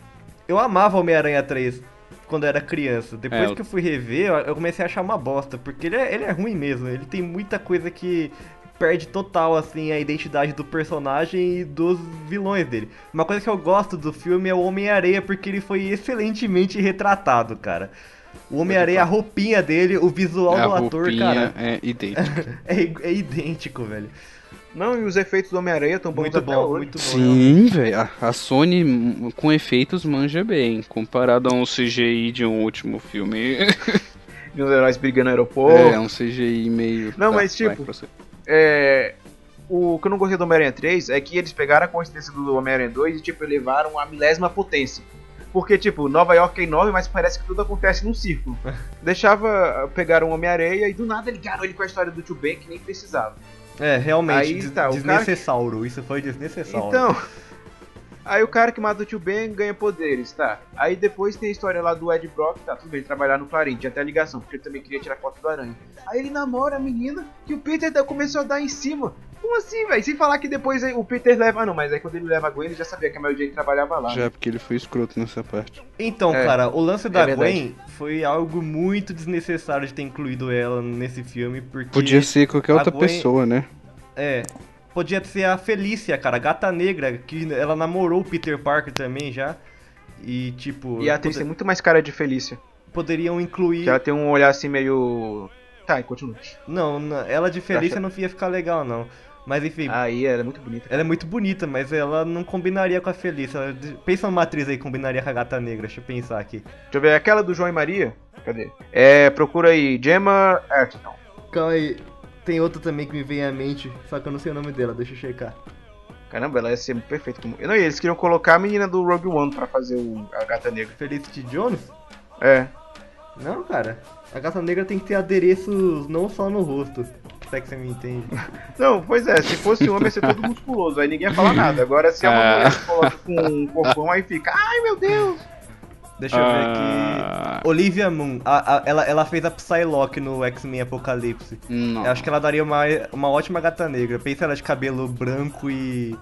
eu amava Homem-Aranha três quando eu era criança. Depois é, que eu fui rever, eu comecei a achar uma bosta. Porque ele é, ele é ruim mesmo. Ele tem muita coisa que perde total, assim, a identidade do personagem e dos vilões dele. Uma coisa que eu gosto do filme é o Homem-Aranha, porque ele foi excelentemente retratado, cara. O Homem-Aranha, a roupinha dele, o visual a do ator, cara... é idêntico. é, é idêntico, velho. Não, e os efeitos do Homem-Aranha estão bons muito até bom, hoje. Muito bom, sim, velho. A, a Sony com efeitos manja bem, comparado a um C G I de um último filme. De uns heróis brigando no aeroporto. É, um C G I meio... Não, tá, mas tipo... É... O que eu não gostei do Homem-Aranha três é que eles pegaram a consistência do Homem-Aranha dois e tipo, elevaram a milésima potência. Porque, tipo, Nova York é enorme, mas parece que tudo acontece num círculo. Deixava pegar um Homem-Aranha e do nada ligaram ele com a história do Tio Ben que nem precisava. É, realmente, aí, des tá, desnecessário, que... isso foi desnecessário. Então, aí o cara que mata o Tio Ben ganha poderes, tá? Aí depois tem a história lá do Ed Brock, tá, tudo bem, trabalhar no Clarim, tinha até a ligação, porque ele também queria tirar foto do Aranha. Aí ele namora a menina que o Peter começou a dar em cima. Como assim, velho? Sem falar que depois o Peter leva... Ah, não, mas aí quando ele leva a Gwen, ele já sabia que a maioria dele trabalhava lá. Já, né? porque ele foi escroto nessa parte. Então, é, cara, o lance da é Gwen foi algo muito desnecessário de ter incluído ela nesse filme, porque... Podia ser qualquer outra Gwen... pessoa, né? É, podia ser a Felícia, cara, a Gata Negra, que ela namorou o Peter Parker também já. E, tipo... E a atriz poder... tem muito mais cara de Felícia. Poderiam incluir... Que ela tem um olhar assim meio... Tá, e continua. Não, não, ela de Felícia não ia ficar legal, não. Mas enfim... Aí, ela é muito bonita. Ela é muito bonita, mas ela não combinaria com a Felícia. Ela... Pensa numa atriz aí que combinaria com a Gata Negra, deixa eu pensar aqui. Deixa eu ver, aquela do João e Maria? Cadê? É, procura aí, Gemma Arterton. Calma aí, tem outra também que me vem à mente, só que eu não sei o nome dela, deixa eu checar. Caramba, ela ia ser perfeita como... Não, e eles queriam colocar a menina do Rogue One pra fazer o... a Gata Negra. Felicity Jones? É. Não, cara. A Gata Negra tem que ter adereços não só no rosto. Se é que você me entende. Não, pois é, se fosse um homem ia ser todo musculoso, aí ninguém ia falar nada. Agora se é uma Ah. mulher que coloca com um corpão, aí fica, ai meu Deus! Deixa eu ver Ah. aqui. Olivia Munn, a, a, ela, ela fez a Psylocke no X-Men Apocalipse. Não. Eu acho que ela daria uma, uma ótima Gata Negra. Pensa ela de cabelo branco e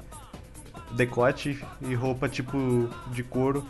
decote e roupa tipo de couro.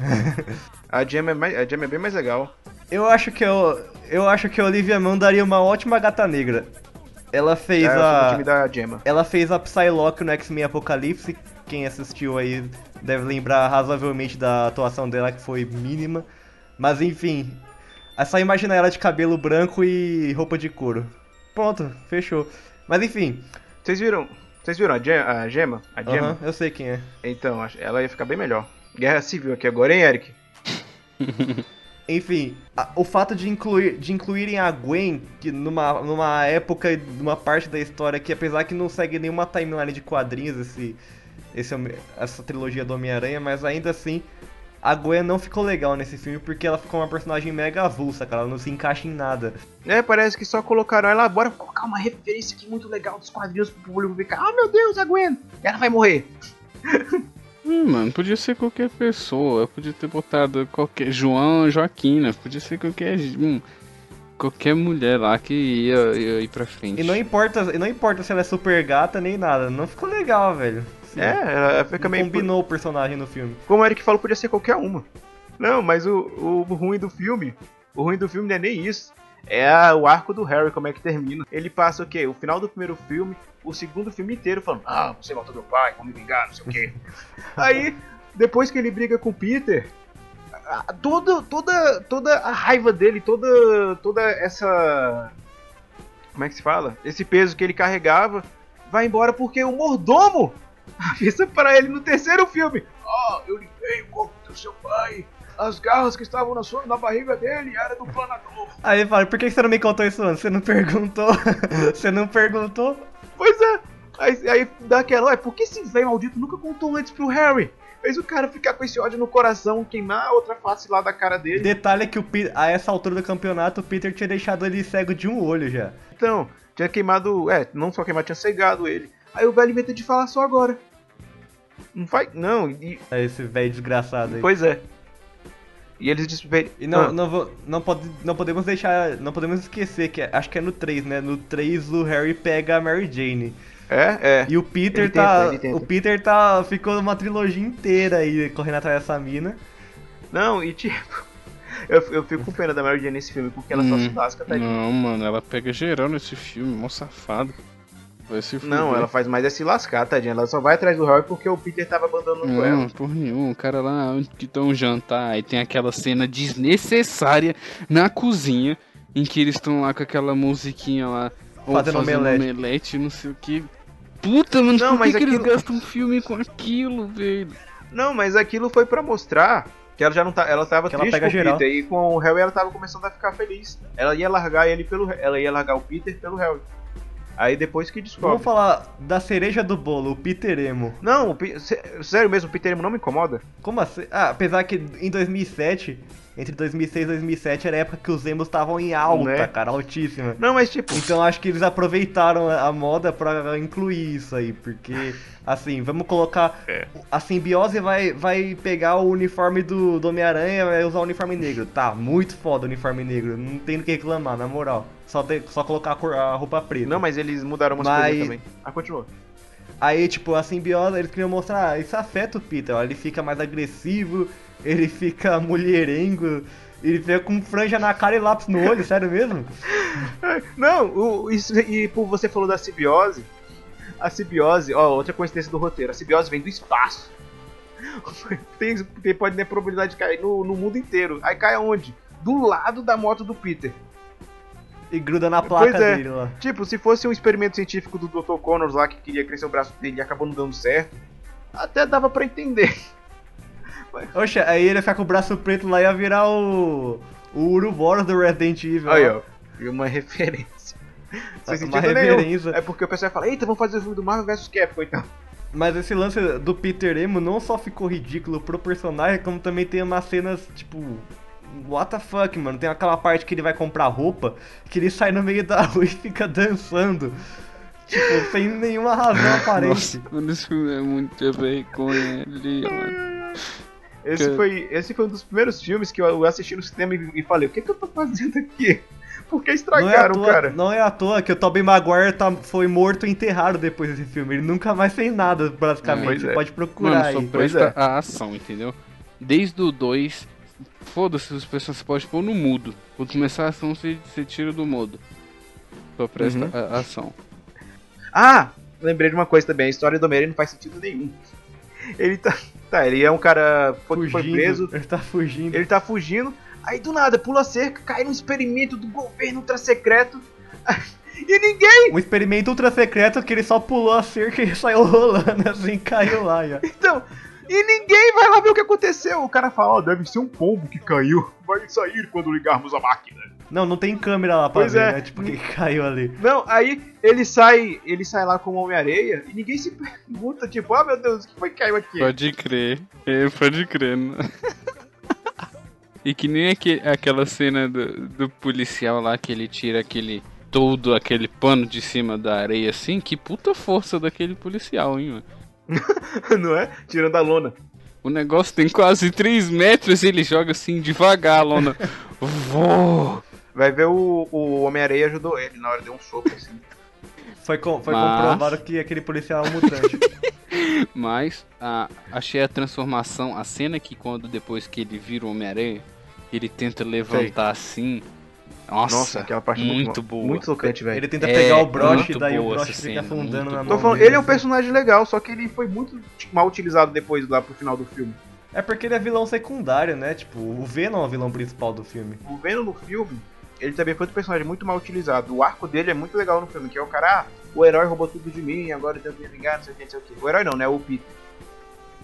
A Gemma é, mais, a Gemma é bem mais legal. Eu acho que eu, eu acho que a Olivia Munn daria uma ótima Gata Negra. Ela fez É, eu sou do a time da Gemma. ela fez a Psylocke no X-Men Apocalipse. Quem assistiu aí deve lembrar razoavelmente da atuação dela, que foi mínima. Mas enfim, é só imaginar ela de cabelo branco e roupa de couro. Pronto, fechou. Mas enfim. Vocês viram? Vocês viram a Gemma? A Gemma? A Gemma? Aham, eu sei quem é. Então, acho- ela ia ficar bem melhor. Guerra Civil aqui agora, hein, Eric? Enfim, a- o fato de, incluir, de incluírem a Gwen que numa, numa época, numa parte da história que, apesar que não segue nenhuma timeline de quadrinhos, esse, esse, Home- essa trilogia do Homem-Aranha, mas ainda assim, a Gwen não ficou legal nesse filme porque ela ficou uma personagem mega avulsa, cara, ela não se encaixa em nada. É, parece que só colocaram ela, bora colocar uma referência aqui muito legal dos quadrinhos pro público ficar, ah meu Deus, a Gwen, ela vai morrer. Hum, mano, podia ser qualquer pessoa. Podia ter botado qualquer. João Joaquina. Podia ser qualquer. Hum, qualquer mulher lá que ia, ia ir pra frente. E não importa, e não importa se ela é super gata nem nada, não ficou legal, velho. Sim, É, ela fica não meio... combinou o personagem no filme. Como o Eric falou, podia ser qualquer uma. Não, mas o, o ruim do filme, o ruim do filme não é nem isso. É a- o arco do Harry, como é que termina. Ele passa o quê? O final do primeiro filme, o segundo filme inteiro falando, ah, você matou meu pai, vou me vingar, não sei o quê. Aí, depois que ele briga com o Peter, a- a- toda, toda, toda a raiva dele, toda, toda essa... Como é que se fala? Esse peso que ele carregava, vai embora porque o mordomo avisa para ele no terceiro filme. Ah, eu liguei o computador do seu pai. As garras que estavam na, sua, na barriga dele era do planador. Aí ele fala, por que você não me contou isso antes? Você não perguntou? Você não perguntou? Pois é. Aí, aí dá aquela, ué, por que esse velho maldito nunca contou antes pro Harry? Fez o cara ficar com esse ódio no coração, queimar a outra face lá da cara dele. Detalhe é que o Peter, a essa altura do campeonato, o Peter tinha deixado ele cego de um olho já. Então, tinha queimado, é, não só queimado, tinha cegado ele. Aí o velho inventa de falar só agora. Não faz, não. E... É esse velho desgraçado aí. Pois é. E eles despedem. E não, ah. não, vou, não, pode, não podemos deixar, não podemos esquecer que, é, acho que é no três, né? No três o Harry pega a Mary Jane. É, é. E o Peter ele tá. Tenta, ele tenta. O Peter tá. Ficou uma trilogia inteira aí correndo atrás dessa mina. Não, e tipo. Eu, eu fico com pena da Mary Jane nesse filme, porque ela hum, só se lasca, tá? Não, mano, ela pega geral nesse filme, mó safado. Vai se fuder. Não, ela faz mais é se lascar, tadinha. Ela só vai atrás do Harry porque o Peter tava abandonando não, ela. Não, por nenhum. O cara lá onde que estão jantar, aí tem aquela cena desnecessária na cozinha, em que eles estão lá com aquela musiquinha lá, fazendo, fazendo omelete. omelete, não sei o que. Puta, mano, não, por mas que, aquilo... que eles gastam um filme com aquilo, velho? Não, mas aquilo foi pra mostrar que ela já não tá, ela tava que triste ela com o geral. Peter e com o Harry ela tava começando a ficar feliz. Ela ia largar ele pelo, ela ia largar o Peter pelo Harry. Aí depois que descobre. Vamos falar da cereja do bolo, o Peter Emo. Não, o P... sério mesmo, o Peter Emo não me incomoda? Como assim? Ah, apesar que em dois mil e sete, entre dois mil e seis e dois mil e sete era a época que os emos estavam em alta, né? Cara, altíssima. Não, mas tipo... Então acho que eles aproveitaram a moda pra incluir isso aí, porque, assim, vamos colocar... É. A simbiose vai, vai pegar o uniforme do, do Homem-Aranha e vai usar o uniforme negro. Tá, muito foda o uniforme negro, não tem do que reclamar, na moral. Só, ter, só colocar a, cor, a roupa preta. Não, mas eles mudaram umas mas... coisas também. Ah, continua. Aí, tipo, a simbiose, eles queriam mostrar, ah, isso afeta o Peter, ó, ele fica mais agressivo, ele fica mulherengo, ele fica com franja na cara e lápis no olho, sério mesmo? Não, o, isso, e por você falou da simbiose, a simbiose, ó, outra coincidência do roteiro, a simbiose vem do espaço. Tem, tem, pode ter probabilidade de cair no, no mundo inteiro. Aí cai aonde? Do lado da moto do Peter. E gruda na placa pois é. dele lá. Tipo, se fosse um experimento científico do doutor Connors lá que queria crescer o braço dele e acabou não dando certo, até dava pra entender. Oxe, aí ele ia ficar com o braço preto lá e ia virar o. O Uruboros do Resident Evil. Aí, ó. E uma referência. Sem uma referência. É porque o pessoal fala, eita, vamos fazer o filme do Marvel versus. Capcom então. Mas esse lance do Peter Emo não só ficou ridículo pro personagem, como também tem umas cenas, tipo. What the fuck, mano? Tem aquela parte que ele vai comprar roupa, que ele sai no meio da rua e fica dançando. Tipo, sem nenhuma razão aparente. Nossa, mano, esse filme é muito vergonha ali, mano. Esse, que... foi, esse foi um dos primeiros filmes que eu assisti no cinema e falei, o que, que eu tô fazendo aqui? Por que estragaram, não é toa, cara? Não é à toa que o Tobey Maguire tá, foi morto e enterrado depois desse filme. Ele nunca mais fez nada, basicamente. Você é. pode procurar mano, só aí. Presta é. a ação, entendeu? Desde o dois, foda-se, os personagens podem pôr no mudo. Quando começar a ação, você, você tira do mudo. Só presta uhum. a, a ação. Ah! Lembrei de uma coisa também. A história do Homem-Aranha não faz sentido nenhum. Ele tá... Tá, ele é um cara foi, fugindo, foi preso. Ele tá fugindo. Ele tá fugindo. Aí do nada, pula a cerca, cai num experimento do governo ultra secreto. E ninguém... Um experimento ultra secreto que ele só pulou a cerca e saiu rolando assim, caiu lá já. Então, e ninguém vai lá ver o que aconteceu. O cara fala, ó, oh, deve ser um pombo que caiu. Vai sair quando ligarmos a máquina. Não, não tem câmera lá pra pois ver, é. né? Tipo, que caiu ali. Não, aí ele sai, ele sai lá com o Homem-Areia e ninguém se pergunta, tipo, ah, oh, meu Deus, o que foi que caiu aqui? Pode crer, é, pode crer. Né? E que nem aquele, aquela cena do, do policial lá que ele tira aquele, todo aquele pano de cima da areia assim, que puta força daquele policial, hein, mano. Não é? Tirando a lona. O negócio tem quase três metros e ele joga assim devagar a lona. Vou... Vai ver o, o Homem-Areia ajudou ele na hora de um soco assim. Foi, com, foi Mas... comprovado que aquele policial é um mutante. Mas a, achei a transformação, a cena que quando depois que ele vira o Homem-Aranha, ele tenta levantar Sei. assim. Nossa, Nossa, aquela parte muito, muito boa. Muito tocante, velho. Ele tenta é, pegar o broche, daí o broche fica cena, afundando na Tô mão. falando, ele é um personagem legal, só que ele foi muito mal utilizado depois lá pro final do filme. É porque ele é vilão secundário, né? Tipo, o Venom é o vilão principal do filme. O Venom no filme, ele também foi outro personagem muito mal utilizado. O arco dele é muito legal no filme, que é o cara, ah, o herói roubou tudo de mim, agora eu tenho que me vingar, não sei o que, não sei o que. O herói não, né? O Peter.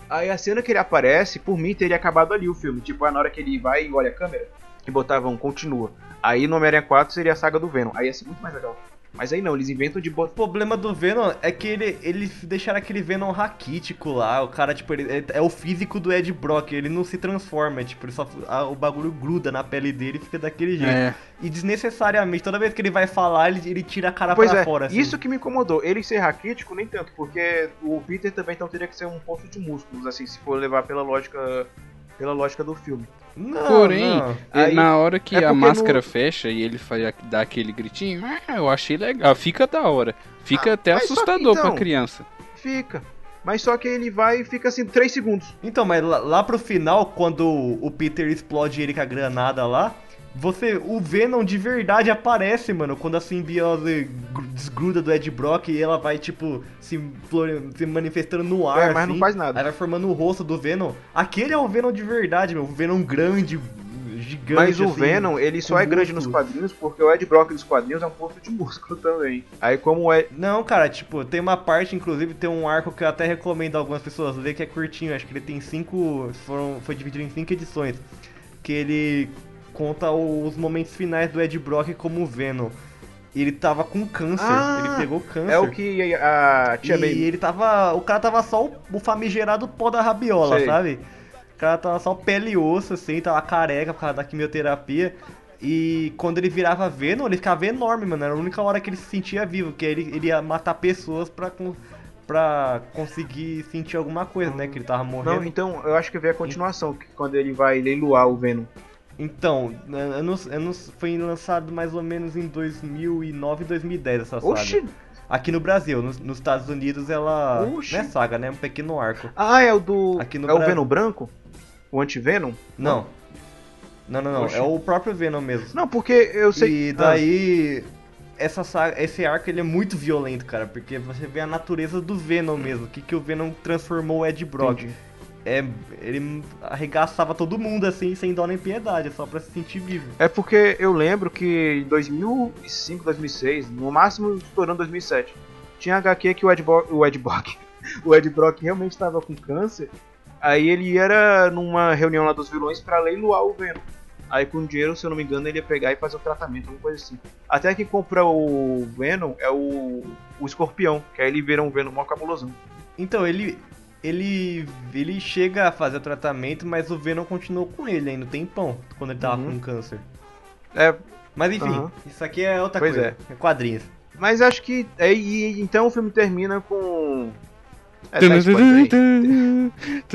Aí a cena que ele aparece, por mim, teria acabado ali o filme. Tipo, na hora que ele vai e olha a câmera, e botavam continua. Aí no Homem-Aranha quatro seria a saga do Venom. Aí ia ser muito mais legal. Mas aí não, eles inventam de botar... O problema do Venom é que ele, eles deixaram aquele Venom raquítico lá. O cara, tipo, ele, é, é o físico do Ed Brock. Ele não se transforma, tipo, ele só, a, o bagulho gruda na pele dele e fica daquele jeito. É. E desnecessariamente, toda vez que ele vai falar, ele, ele tira a cara Pois pra é, fora. Assim. isso que me incomodou. Ele ser raquítico, nem tanto, porque o Peter também então teria que ser um poço de músculos, assim, se for levar pela lógica, pela lógica do filme. Não, Porém, não. é, Aí- na hora que é a porque máscara no- fecha e ele faz, dá aquele gritinho, ah, eu achei legal, fica da hora. Fica Ah, até mas só que assustador então- pra criança. Fica. Mas só que ele vai e fica assim, três segundos. Então, mas lá, lá pro final, quando o Peter explode ele com a granada lá, você, o Venom de verdade aparece, mano, quando a simbiose gru- desgruda do Ed Brock e ela vai, tipo, se, flore- se manifestando no ar, É, mas não assim. faz nada. Aí vai formando o rosto do Venom. Aquele é o Venom de verdade, meu, o Venom grande, gigante, Mas o assim, Venom, ele com só é grande nos músculo. quadrinhos porque o Ed Brock dos quadrinhos é um poço de músculo também. Aí como é... Não, cara, tipo, tem uma parte, inclusive, tem um arco que eu até recomendo a algumas pessoas ler, que é curtinho, acho que ele tem cinco, foram, foi dividido em cinco edições, que ele conta os momentos finais do Ed Brock como Venom. Ele tava com câncer, Ah, ele pegou câncer. É o que a tia E May... ele tava, o cara tava só o, o famigerado pó da rabiola, Sei. sabe? O cara tava só pele e osso, assim, tava careca por causa da quimioterapia. E quando ele virava Venom, ele ficava enorme, mano. Era a única hora que ele se sentia vivo, que ele, ele ia matar pessoas pra, con- pra conseguir sentir alguma coisa, né? Que ele tava morrendo. Não, então, eu acho que veio a continuação, que quando ele vai leiloar o Venom. Então, eu não, eu não, foi lançado mais ou menos em dois mil e nove, dois mil e dez essa saga. Oxi! Aqui no Brasil, nos, nos Estados Unidos ela Oxi. não é saga, né? É um pequeno arco. Ah, é o do... Aqui no é o Brasil. Venom branco? O anti-Venom? Não. Não, não, não. Oxi. É o próprio Venom mesmo. Não, porque eu sei... E daí, essa saga, esse arco ele é muito violento, cara, porque você vê a natureza do Venom mesmo, o que, que o Venom transformou o Ed Brock. Entendi. É, ele arregaçava todo mundo assim, sem dó nem piedade, só pra se sentir vivo. É porque eu lembro que em dois mil e cinco, dois mil e seis, no máximo estourando dois mil e sete, tinha H Q que o Ed, Bo o Ed Brock, o Ed Brock realmente estava com câncer. Aí ele era numa reunião lá dos vilões pra leiloar o Venom. Aí com dinheiro, se eu não me engano, ele ia pegar e fazer o tratamento, alguma coisa assim. Até que compra o Venom é o, o Escorpião, que aí ele vira um Venom mó cabulosão. Então, ele, ele, ele chega a fazer o tratamento, mas o Venom continuou com ele ainda um tempão, quando ele tava Uhum. com câncer. É, Mas enfim, Uhum. isso aqui é outra Pois coisa, é quadrinhos. mas acho que... É, e, então o filme termina com... É, dá spoiler aí.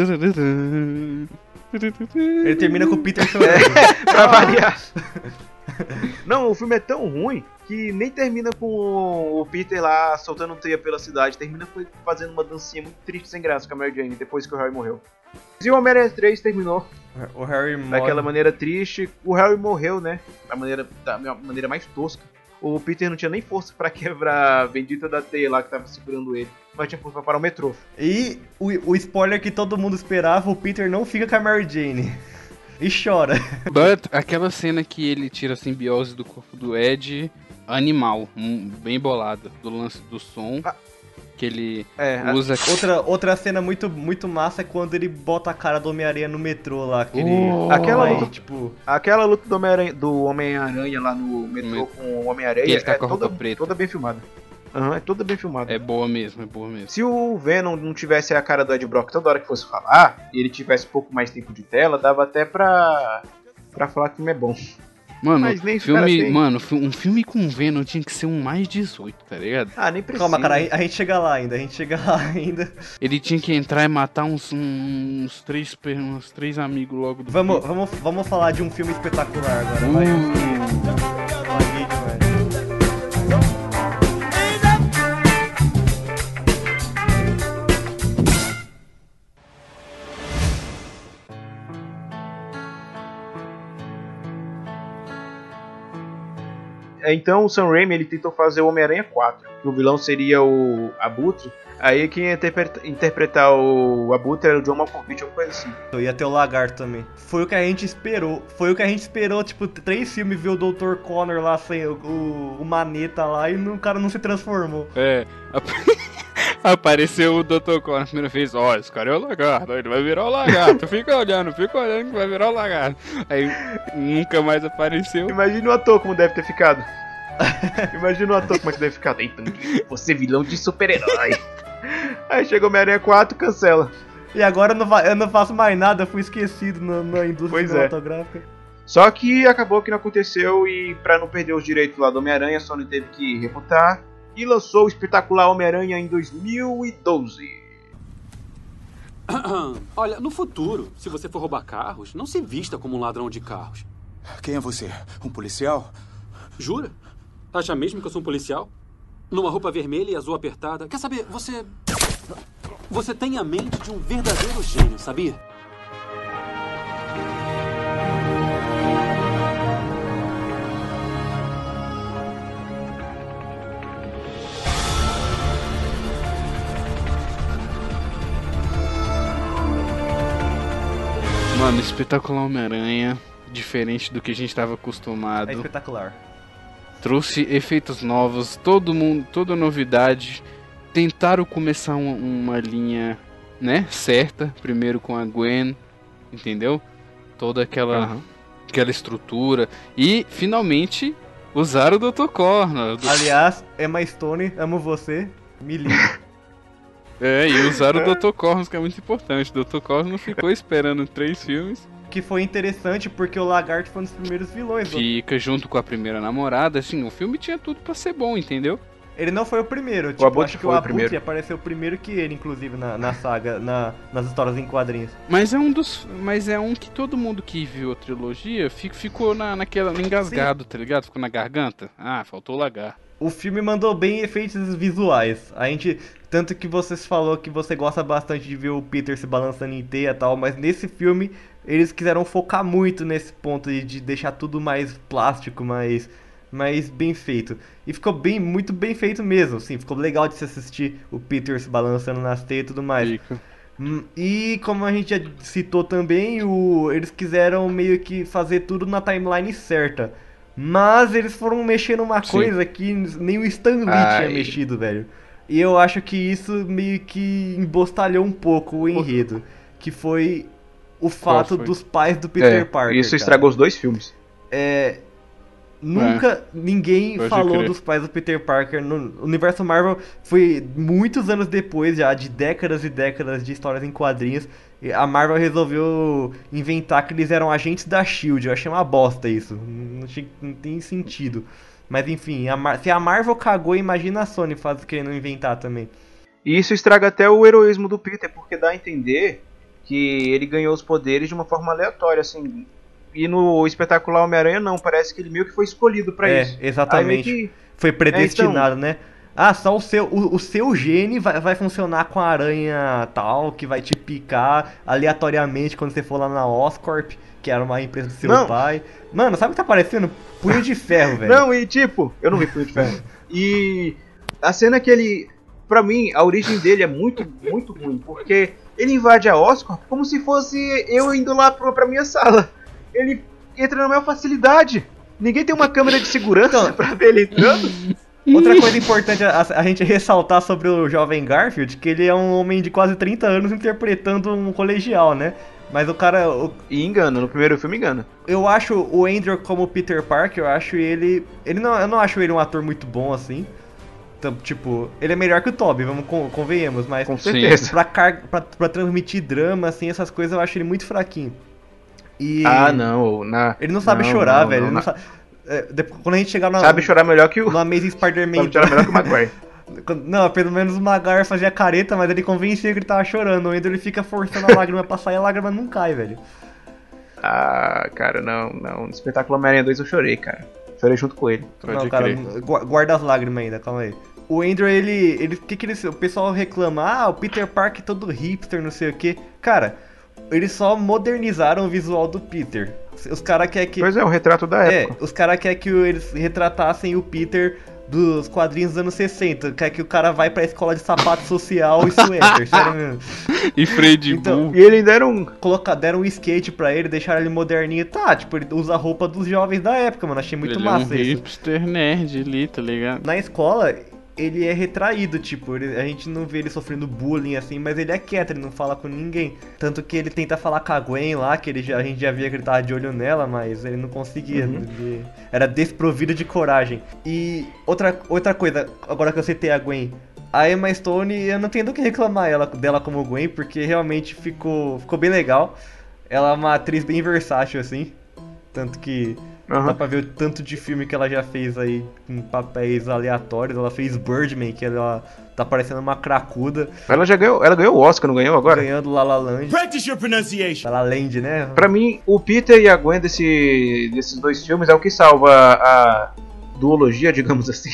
Ele termina com o Peter chorando. Pra variar. Não, o filme é tão ruim que nem termina com o Peter lá soltando teia pela cidade. Termina com ele fazendo uma dancinha muito triste, sem graça com a Mary Jane, depois que o Harry morreu. E o Homem-Aranha três terminou O Harry morre. daquela maneira triste. O Harry morreu, né? Da maneira, da maneira mais tosca. O Peter não tinha nem força pra quebrar a bendita da teia lá que tava segurando ele. Mas tinha força pra parar o metrô. E o, o spoiler que todo mundo esperava, o Peter não fica com a Mary Jane. E chora. But, aquela cena que ele tira a simbiose do corpo do Ed, animal, um, bem bolada, do lance do som, Ah. que ele É, a- usa... Outra, outra cena muito, muito massa é quando ele bota a cara do Homem-Aranha no metrô lá. Que ele Oh. Aquela vai, luta- tipo... Aquela luta do Homem-Aranha, do Homem-Aranha lá no metrô Me- com o Homem-Aranha Que ele tá é com a roupa toda, preta. toda bem filmada. Aham, é toda bem filmada. É boa mesmo, é boa mesmo. Se o Venom não tivesse a cara do Ed Brock toda hora que fosse falar, e ele tivesse um pouco mais tempo de tela, dava até pra, pra falar que o filme é bom. Mano, Mas nem isso o cara filme, tem. mano, fi- um filme com Venom tinha que ser um mais dezoito, tá ligado? Ah, nem precisa. Calma, cara, a, a gente chega lá ainda, a gente chega lá ainda. Ele tinha que entrar e matar uns, uns, três, pe- uns três amigos logo do Vamos, filme. vamos, vamos falar de um filme espetacular agora, vai. Uh. Vaguei demais. É, então o Sam Raimi ele tentou fazer o Homem-Aranha quatro, que o vilão seria o Abutre. Aí quem ia interpreta- interpretar o Abutre era o John Malkovich, alguma coisa assim. Eu ia ter o Lagarto também. Foi o que a gente esperou. Foi o que a gente esperou, tipo, três filmes ver o doutor Connor lá sem o, o, o Maneta lá e não- o cara não se transformou. É, a, Apareceu o doutor Connor na primeira vez, ó, esse cara é o lagarto, ele vai virar o lagarto, fica olhando, fica olhando que vai virar o lagarto. Aí nunca mais apareceu. Imagina o ator como deve ter ficado. Imagina o ator como é que deve ficar. Então, você vilão de super-herói. Aí chegou o Homem-Aranha quatro, cancela. E agora eu não, eu não faço mais nada, eu fui esquecido na, na indústria pois cinematográfica. É. Só que acabou que não aconteceu e pra não perder os direitos lá do Homem-Aranha, a Sony teve que rebutar e lançou o espetacular Homem-Aranha em dois mil e doze. Olha, no futuro, se você for roubar carros, não se vista como um ladrão de carros. Quem é você? Um policial? Jura? Acha mesmo que eu sou um policial? Numa roupa vermelha e azul apertada. Quer saber, você... Você tem a mente de um verdadeiro gênio, sabia? Mano, espetacular Homem-Aranha, diferente do que a gente estava acostumado. É espetacular. Trouxe efeitos novos, todo mundo, toda novidade. Tentaram começar uma, uma linha, né, certa, primeiro com a Gwen, entendeu? Toda aquela, uhum. aquela estrutura. E, finalmente, usaram o doutor Connor. Aliás, Emma Stone, amo você, me liga. É, e usaram o doutor Connor, que é muito importante. O doutor Connor não ficou esperando três filmes. Que foi interessante porque o Lagarto foi um dos primeiros vilões. Fica junto com a primeira namorada, assim, o filme tinha tudo pra ser bom, entendeu? Ele não foi o primeiro, o tipo, Abutre acho que foi o o Abutre primeiro. apareceu primeiro que ele, inclusive, na, na saga, na, nas histórias em quadrinhos. Mas é um dos. Mas é um que todo mundo que viu a trilogia fico, ficou na, naquela engasgado, Sim. tá ligado? Ficou na garganta. Ah, faltou o lagarto. O filme mandou bem efeitos visuais. A gente. Tanto que você falou que você gosta bastante de ver o Peter se balançando em teia e tal, mas nesse filme eles quiseram focar muito nesse ponto de, de deixar tudo mais plástico, mais, mais bem feito. E ficou bem, muito bem feito mesmo, assim, ficou legal de se assistir o Peter se balançando nas teias e tudo mais. Fica. E como a gente já citou também, o, eles quiseram meio que fazer tudo na timeline certa. Mas eles foram mexer numa Sim. coisa que nem o Stan Lee Ai. tinha mexido, velho. E eu acho que isso meio que embostalhou um pouco o enredo. Que foi o fato foi? dos pais do Peter é, Parker. Isso cara. estragou os dois filmes. É... Nunca é. ninguém Pode falou crer. dos pais do Peter Parker. No universo Marvel foi muitos anos depois já, de décadas e décadas de histórias em quadrinhos. A Marvel resolveu inventar que eles eram agentes da SHIELD. Eu achei uma bosta isso. Não, tinha, não tem sentido. Mas enfim, a Mar- se a Marvel cagou, imagina a Sony faz, querendo inventar também. E isso estraga até o heroísmo do Peter, porque dá a entender que ele ganhou os poderes de uma forma aleatória, assim. E no espetacular Homem-Aranha não, parece que ele meio que foi escolhido pra é, isso. Exatamente. Que... Foi predestinado, é, então... né? Ah, só o seu, o, o seu gene vai, vai funcionar com a aranha tal, que vai te picar aleatoriamente quando você for lá na Oscorp, que era uma empresa do seu não. pai. Mano, sabe o que tá parecendo? Punho de ferro, velho. Não, e tipo, eu não vi Punho de Ferro. E a cena que ele... Pra mim, a origem dele é muito, muito ruim, porque ele invade a Oscorp como se fosse eu indo lá pra, pra minha sala. Ele entra na maior facilidade. Ninguém tem uma câmera de segurança pra ver ele entrando. Outra coisa importante a, a gente ressaltar sobre o jovem Garfield, que ele é um homem de quase trinta anos interpretando um colegial, né? Mas o cara... O... E engana, no primeiro filme engana. Eu acho o Andrew como Peter Parker, eu acho ele... ele não, eu não acho ele um ator muito bom, assim. Então, tipo, ele é melhor que o Tobey, vamos convenhamos, mas... Com certeza. Pra, car... pra, pra transmitir drama, assim, essas coisas, eu acho ele muito fraquinho. E... Ah, não. Na... Ele não sabe não, chorar, não, velho. Não, ele não. não sabe... É, depois, quando a gente chegar na... Sabe chorar melhor que o... No Amazing Spider-Man... Sabe chorar melhor que o Maguire. Não, pelo menos o Maguire fazia careta, mas ele convencia que ele tava chorando. O Andrew, ele fica forçando a lágrima pra sair, a lágrima não cai, velho. Ah, cara, não, não. No espetáculo Homem-Aranha dois eu chorei, cara. Chorei junto com ele. Pode não, cara, gu- guarda as lágrimas ainda, calma aí. O Andrew, ele... ele que que ele o pessoal reclama, ah, o Peter Parker todo hipster, não sei o que. Cara, eles só modernizaram o visual do Peter. Os caras querem que... Pois é, o retrato da época. É, os caras querem que eles retratassem o Peter dos quadrinhos dos anos sessenta. Quer que o cara vai pra escola de sapato social e suéter, sério mesmo. E freio de então, burro. E ele deram um... Coloca, deram um skate pra ele, deixaram ele moderninho. Tá, tipo, ele usa a roupa dos jovens da época, mano. Achei muito ele massa é um isso. hipster nerd ali, tá ligado? Na escola... ele é retraído, tipo, ele, a gente não vê ele sofrendo bullying assim, mas ele é quieto, ele não fala com ninguém. Tanto que ele tenta falar com a Gwen lá, que ele já, a gente já via que ele tava de olho nela, mas ele não conseguia, Uhum. ele era desprovido de coragem. E outra, outra coisa, agora que eu citei a Gwen, a Emma Stone, eu não tenho do que reclamar ela, dela como Gwen, porque realmente ficou, ficou bem legal. Ela é uma atriz bem versátil, assim, tanto que... Uhum. Dá pra ver o tanto de filme que ela já fez aí em papéis aleatórios. Ela fez Birdman, que ela tá parecendo uma cracuda. Ela já ganhou, ela ganhou o Oscar, não ganhou agora? Ganhando La La Land. Practice your pronunciation. La La Land, né? Pra mim, o Peter e a Gwen desse, desses dois filmes é o que salva a duologia, digamos assim.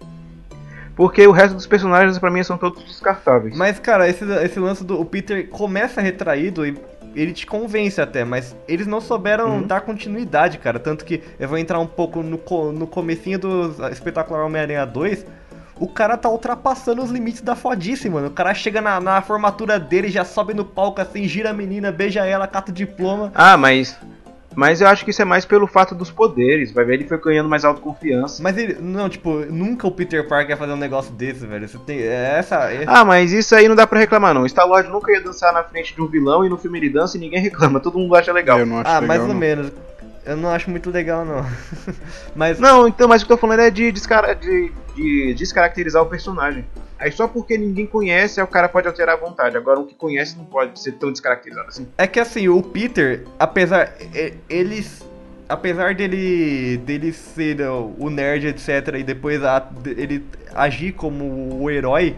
Porque o resto dos personagens, pra mim, são todos descartáveis. Mas, cara, esse, esse lance do o Peter começa retraído e ele te convence até, mas eles não souberam Uhum. dar continuidade, cara. Tanto que eu vou entrar um pouco no, co- no comecinho do Espetacular Homem-Aranha dois. O cara tá ultrapassando os limites da fodice, mano. O cara chega na, na formatura dele, já sobe no palco assim, gira a menina, beija ela, cata o diploma. Ah, mas... Mas eu acho que isso é mais pelo fato dos poderes. Vai ver, ele foi ganhando mais autoconfiança. Mas ele, não, tipo, nunca o Peter Parker ia fazer um negócio desse, velho. Você tem, é essa... É... Ah, mas isso aí não dá pra reclamar, não. Star-Lord nunca ia dançar na frente de um vilão e no filme ele dança e ninguém reclama. Todo mundo acha legal. Eu não acho Ah, legal, mais ou não. menos. Eu não acho muito legal, não. Mas... Não, então, mas o que eu tô falando é de, descara- de, de descaracterizar o personagem. Aí só porque ninguém conhece, aí o cara pode alterar a vontade. Agora, o que conhece não pode ser tão descaracterizado assim. É que assim, o Peter, apesar... é- Eles... Apesar dele, dele ser o o nerd, etcétera, e depois a- ele agir como o herói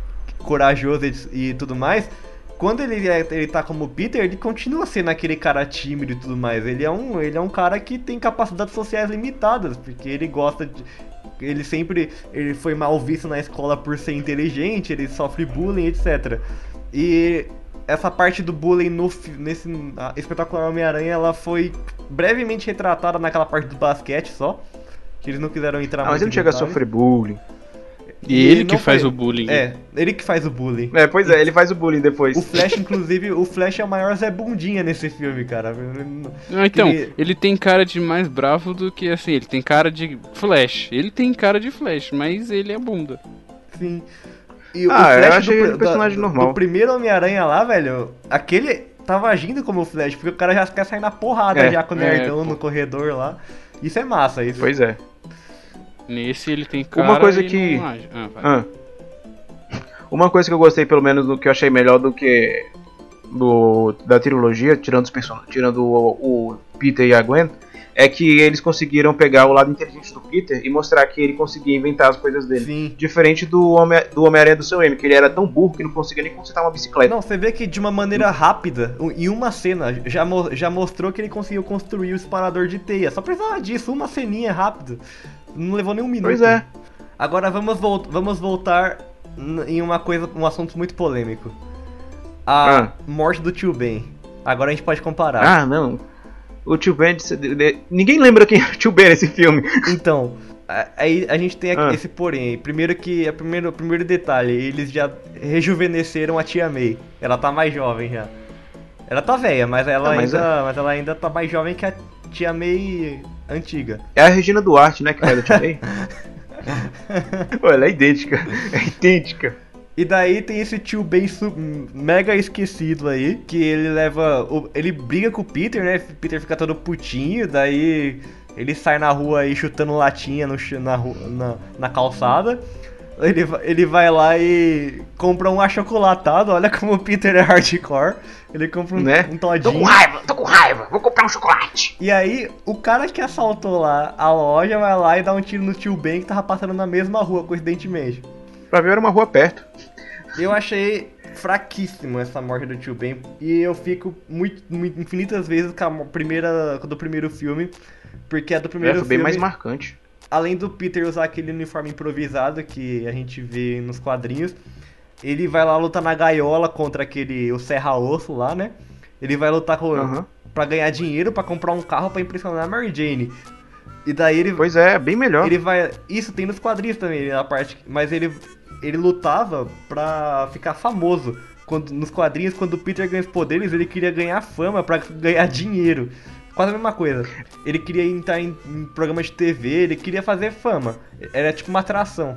corajoso e, e tudo mais, quando ele, é, ele tá como Peter, ele continua sendo aquele cara tímido e tudo mais. Ele é um, ele é um cara que tem capacidades sociais limitadas, porque ele gosta de... Ele sempre ele foi mal visto na escola por ser inteligente, ele sofre bullying, etcétera. E essa parte do bullying no, fi- nesse a Espetacular Homem-Aranha, ela foi brevemente retratada naquela parte do basquete só, que eles não quiseram entrar Ah, mas muito ele não em chega a detalhe. sofrer bullying. E ele que não faz foi- o bullying. É, ele que faz o bullying. É, pois é, ele faz o bullying depois. O Flash, inclusive, o Flash é o maior Zé Bundinha nesse filme, cara. Não, então, Ele- ele tem cara de mais bravo do que assim, ele tem cara de Flash. Ele tem cara de Flash, mas ele é bunda. Sim. E Ah, eu achei do, ele um personagem da- normal. do primeiro Homem-Aranha lá, velho, aquele tava agindo como o Flash, porque o cara já quer sair na porrada É, já com o é, nerdão pô. no corredor lá. Isso é massa, isso. Pois é. Nesse ele tem cara Uma coisa e que- não age. Ah, vai. Ah. Uma coisa que eu gostei, pelo menos, do que eu achei melhor do que do, da trilogia, tirando, os person... tirando o, o Peter e a Gwen, é que eles conseguiram pegar o lado inteligente do Peter e mostrar que ele conseguia inventar as coisas dele. Sim. Diferente do Homem- do Homem-Aranha do Sam Raimi, que ele era tão burro que não conseguia nem consertar uma bicicleta. Não, você vê que de uma maneira rápida, em uma cena, já, mo- já mostrou que ele conseguiu construir o disparador de teia. Só precisava disso, uma ceninha rápida. Não levou nem um minuto. Pois é. Agora vamos, vol- vamos voltar n- em uma coisa, um assunto muito polêmico. A Ah. morte do Tio Ben. Agora a gente pode comparar. Ah, não. O Tio Ben... de- de- de- Ninguém lembra quem é o Tio Ben nesse filme. Então, a- aí a gente tem aqui Ah. esse porém. Primeiro que, é primeiro, primeiro detalhe, eles já rejuvenesceram a Tia May. Ela tá mais jovem já. Ela tá velha, mas ela, Ah, mas ainda, mas ela ainda tá mais jovem que a Tia May antiga. É a Regina Duarte, né, que faz o Tio Ben? Pô, ela é idêntica. É idêntica. E daí tem esse tio Ben su- mega esquecido aí, que ele leva. o- ele briga com o Peter, né? O Peter fica todo putinho, daí ele sai na rua aí chutando latinha no, ch- na, ru- na, na calçada. Ele, va- ele vai lá e compra um achocolatado, olha como o Peter é hardcore. Ele compra um, Né? um Tô todinho. com raiva, tô com raiva. Vou comprar um chocolate. E aí, o cara que assaltou lá a loja vai lá e dá um tiro no tio Ben que tava passando na mesma rua, coincidentemente. Pra ver, era uma rua perto. Eu achei fraquíssimo essa morte do tio Ben e eu fico muito, muito infinitas vezes com a mo- primeira do primeiro filme, porque a do primeiro É, foi bem filme, mais marcante. além do Peter usar aquele uniforme improvisado que a gente vê nos quadrinhos, ele vai lá lutar na gaiola contra aquele o Serra Osso lá, né? Ele vai lutar com, Aham. pra ganhar dinheiro, pra comprar um carro pra impressionar a Mary Jane. E daí ele Pois é, bem melhor. ele vai. Isso tem nos quadrinhos também, a parte. Mas ele, ele lutava pra ficar famoso. Quando, nos quadrinhos, quando o Peter ganha os poderes, ele queria ganhar fama pra ganhar dinheiro. Quase a mesma coisa. Ele queria entrar em, em programa de T V, ele queria fazer fama. Era tipo uma atração.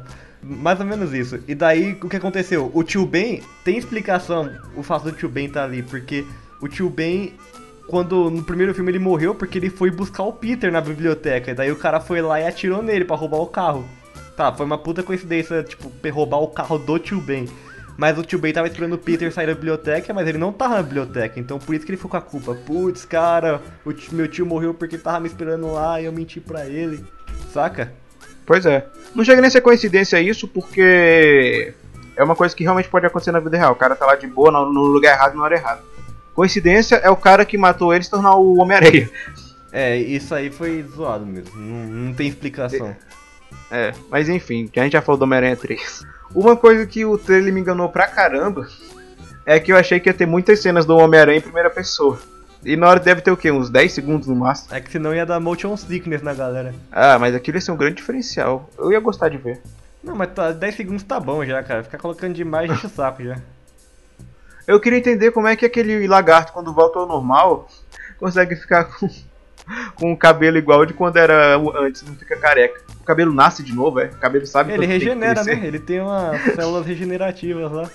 mais ou menos isso. E daí, o que aconteceu? O tio Ben, tem explicação o fato do tio Ben tá ali, porque o tio Ben, quando no primeiro filme ele morreu, porque ele foi buscar o Peter na biblioteca, e daí o cara foi lá e atirou nele pra roubar o carro. Tá, foi uma puta coincidência, tipo, roubar o carro do tio Ben. Mas o tio Ben tava esperando o Peter sair da biblioteca, mas ele não tava na biblioteca, então por isso que ele ficou com a culpa. Putz, cara, o tio, meu tio morreu porque tava me esperando lá e eu menti pra ele, saca? Pois é. Não chega nem a ser coincidência isso, porque é uma coisa que realmente pode acontecer na vida real. O cara tá lá de boa, no lugar errado, na hora errada. Coincidência é o cara que matou ele se tornar o Homem-Aranha. É, isso aí foi zoado mesmo, não, não tem explicação. É, mas enfim, a gente já falou do Homem-Aranha três. Uma coisa que o trailer me enganou pra caramba é que eu achei que ia ter muitas cenas do Homem-Aranha em primeira pessoa. E na hora deve ter o quê? Uns dez segundos no máximo? É que senão ia dar motion sickness na galera. Ah, mas aquilo ia ser um grande diferencial. Eu ia gostar de ver. Não, mas tá, dez segundos tá bom já, cara. Ficar colocando demais enche o saco já. Eu queria entender como é que aquele lagarto, quando volta ao normal, consegue ficar com, com o cabelo igual de quando era antes, não fica careca. O cabelo nasce de novo, é? O cabelo sabe Ele regenera, né? Ele tem umas células regenerativas lá.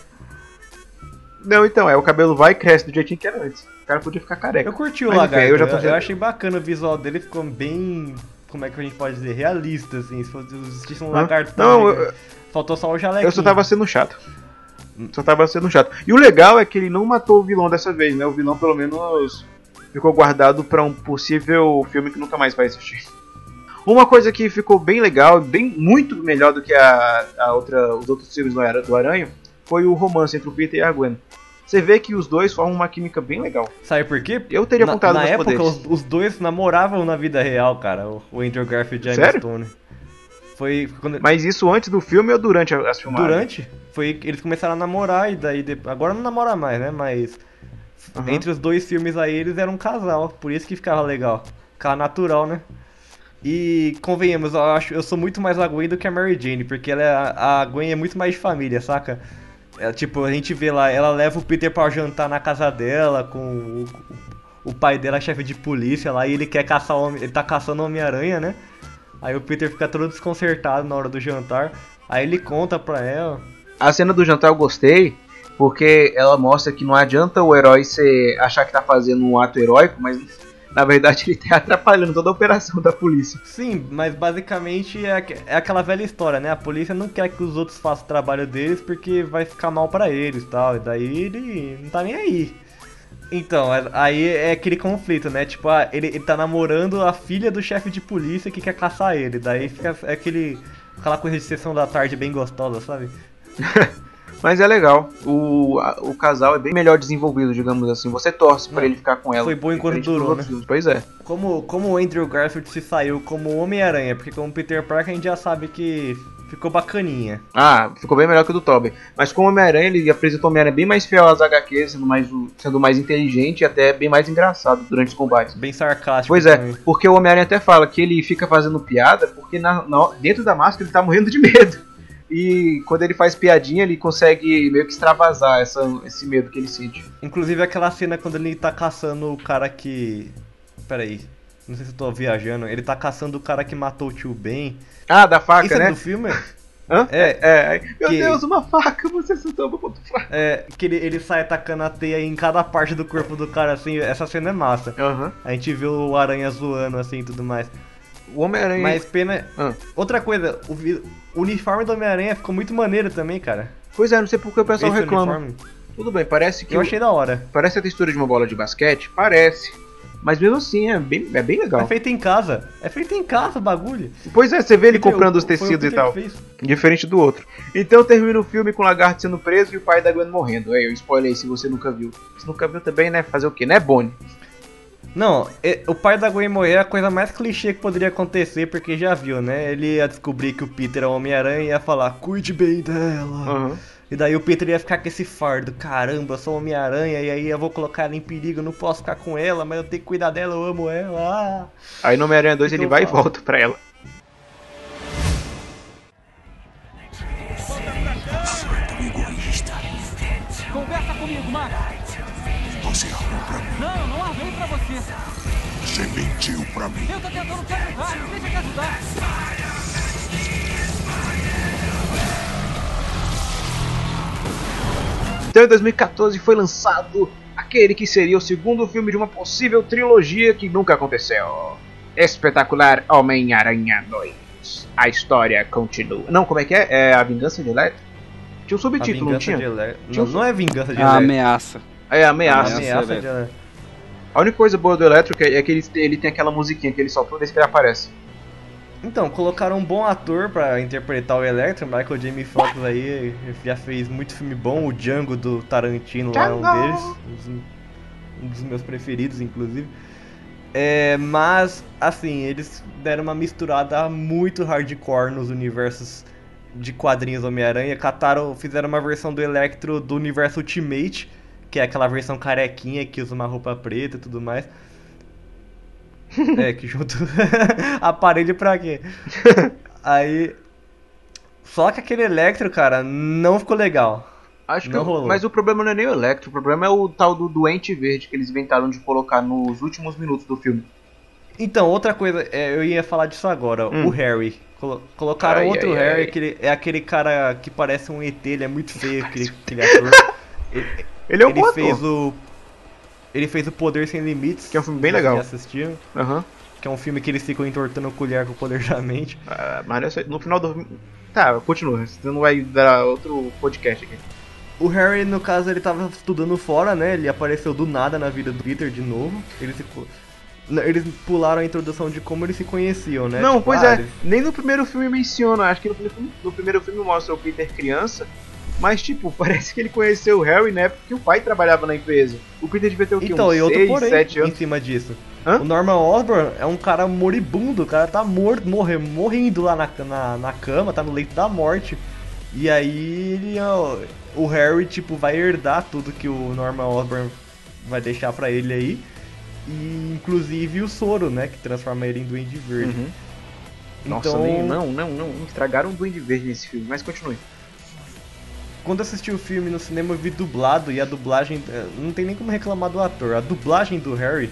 Não, então, é, o cabelo vai e cresce do jeitinho que era antes. O cara podia ficar careca. Eu curti o Mas, lagarto, enfim, eu, já eu, tô... eu achei bacana o visual dele, ficou bem, como é que a gente pode dizer, realista, assim, se fosse um Hã? lagarto Não, também, eu... faltou só o jalequinho. Eu só tava sendo chato. Só tava sendo chato. E o legal é que ele não matou o vilão dessa vez, né? O vilão, pelo menos, ficou guardado pra um possível filme que nunca mais vai assistir. Uma coisa que ficou bem legal, bem muito melhor do que a, a outra, os outros filmes do Aranha, foi o romance entre o Peter e a Gwen. Você vê que os dois formam uma química bem legal. Sabe por quê? Eu teria na, contado Na meus época, poderes. os, os dois namoravam na vida real, cara, o, o Andrew Garfield e a Emma Stone. Foi quando... Mas isso antes do filme ou durante as filmagens? Durante. Foi, eles começaram a namorar e daí... Agora não namora mais, né? Mas... Uhum. Entre os dois filmes aí, eles eram um casal. Por isso que ficava legal. Ficava natural, né? E convenhamos, eu acho, eu sou muito mais a Gwen do que a Mary Jane, porque ela é, a Gwen é muito mais de família, saca? É, tipo, a gente vê lá, ela leva o Peter pra jantar na casa dela com o, o pai dela, chefe de polícia lá, e ele quer caçar o ele tá caçando o Homem-Aranha, né? Aí o Peter fica todo desconcertado na hora do jantar, aí ele conta pra ela. A cena do jantar eu gostei, porque ela mostra que não adianta o herói ser, achar que tá fazendo um ato heróico, mas na verdade ele tá atrapalhando toda a operação da polícia. Sim, mas basicamente é, é aquela velha história, né? A polícia não quer que os outros façam o trabalho deles porque vai ficar mal pra eles e tal. E daí ele não tá nem aí. Então, aí é aquele conflito, né? Tipo, ah, ele, ele tá namorando a filha do chefe de polícia que quer caçar ele. Daí fica aquele, aquela coisa de sessão da tarde bem gostosa, sabe? Mas é legal, o, a, o casal é bem melhor desenvolvido, digamos assim. Você torce pra ele ficar com ela. Foi bom enquanto durou, né? Filmes. Pois é. Como, como o Andrew Garfield se saiu como Homem-Aranha, porque como Peter Parker a gente já sabe que ficou bacaninha. Ah, ficou bem melhor que o do Tobey. Mas como Homem-Aranha, ele apresentou o Homem-Aranha bem mais fiel às H Qs, sendo mais, sendo mais inteligente e até bem mais engraçado durante os combates. Bem sarcástico. Pois é, também. Porque o Homem-Aranha até fala que ele fica fazendo piada porque na, na, dentro da máscara ele tá morrendo de medo. E quando ele faz piadinha, ele consegue meio que extravasar essa, esse medo que ele sente. Inclusive aquela cena quando ele tá caçando o cara que... Pera aí, não sei se eu tô viajando. Ele tá caçando o cara que matou o tio Ben. Ah, da faca, Isso né? É do filme? Hã? É, é. Meu que... Deus, uma faca, você acertou meu ponto fraco. É, que ele, ele sai atacando a teia em cada parte do corpo do cara, assim. Essa cena é massa. Uhum. A gente vê o aranha zoando, assim, e tudo mais. O Homem-Aranha... Mas pena... Ah. Outra coisa, o, o uniforme do Homem-Aranha ficou muito maneiro também, cara. Pois é, não sei por que o pessoal Esse reclama. Uniforme. Tudo bem, parece que... Eu achei da hora. Parece a textura de uma bola de basquete? Parece. Mas mesmo assim, é bem, é bem legal. É feito em casa. É feito em casa o bagulho. Pois é, você vê ele Peter, comprando os tecidos e tal. Diferente do outro. Então termina o filme com o lagarto sendo preso e o pai da Gwen morrendo. Aí eu spoiler aí se você nunca viu. Se nunca viu também, né? Fazer o quê? Né, Bonnie? Não, o pai da Gwen morrer é a coisa mais clichê que poderia acontecer, porque já viu, né? Ele ia descobrir que o Peter é o Homem-Aranha e ia falar, cuide bem dela. Uhum. E daí o Peter ia ficar com esse fardo, caramba, eu sou Homem-Aranha, e aí eu vou colocar ela em perigo, eu não posso ficar com ela, mas eu tenho que cuidar dela, eu amo ela. Ah. Aí no Homem-Aranha dois ele vai e volta pra ela. Conversa comigo, Max. Você armou pra mim. Não, não armei pra você. Você mentiu pra mim. Eu tô tentando te ajudar, deixa eu te ajudar. Então em dois mil e quatorze foi lançado aquele que seria o segundo filme de uma possível trilogia que nunca aconteceu. Espetacular Homem-Aranha dois. A história continua. Não, como é que é? É A Vingança de Electro? Tinha um subtítulo, não tinha? De Ele... tinha não, um... não é Vingança de A Electro. Ameaça. É, Ameaça. A ameaça de Electro. A única coisa boa do Electro é que ele, ele tem aquela musiquinha que ele solta toda vez que ele aparece. Então, colocaram um bom ator pra interpretar o Electro. Michael J. Fox aí já fez muito filme bom. O Django do Tarantino lá é um deles. Um dos meus preferidos, inclusive. É, mas, assim, eles deram uma misturada muito hardcore nos universos de quadrinhos Homem-Aranha. Cataram, fizeram uma versão do Electro do universo Ultimate, que é aquela versão carequinha que usa uma roupa preta e tudo mais. É, que junto aparelho pra quê? Aí. Só que aquele Electro, cara, não ficou legal. Acho não que. rolou. Mas o problema não é nem o Electro, o problema é o tal do Doente Verde que eles inventaram de colocar nos últimos minutos do filme. Então, outra coisa, é, eu ia falar disso agora, hum. o Harry. Colo colocaram ai, outro ai, Harry, ai. Que ele, é aquele cara que parece um E T, ele é muito feio, aquele, aquele ator. Ele, ele é um ele bom fez ator. o Ele fez o Poder Sem Limites, que é um filme bem legal. Assistiram, uhum. Que é um filme que eles ficam entortando o colher com o poder da mente. Ah, mas no final do tá, continua, você não vai dar outro podcast aqui. O Harry, no caso, ele tava estudando fora, né? Ele apareceu do nada na vida do Peter de novo. Eles, se... eles pularam a introdução de como eles se conheciam, né? Não, tipo, pois ah, é, eles... nem no primeiro filme menciona. Acho que no primeiro filme, no primeiro filme mostra o Peter criança. Mas, tipo, parece que ele conheceu o Harry, né? Porque o pai trabalhava na empresa. O Peter devia ter o quê? Então, uns e outro seis, porém sete anos em cima disso. Hã? O Norman Osborn é um cara moribundo, o cara tá morto, morre, morrendo lá na, na, na cama, tá no leito da morte. E aí ele, ó, o Harry, tipo, vai herdar tudo que o Norman Osborn vai deixar pra ele aí. E inclusive o soro, né? Que transforma ele em Duende Verde. Uhum. Então, Nossa, nem, não, não, não. Estragaram o Duende Verde nesse filme, mas continue. Quando eu assisti o filme no cinema eu vi dublado e a dublagem, não tem nem como reclamar do ator. A dublagem do Harry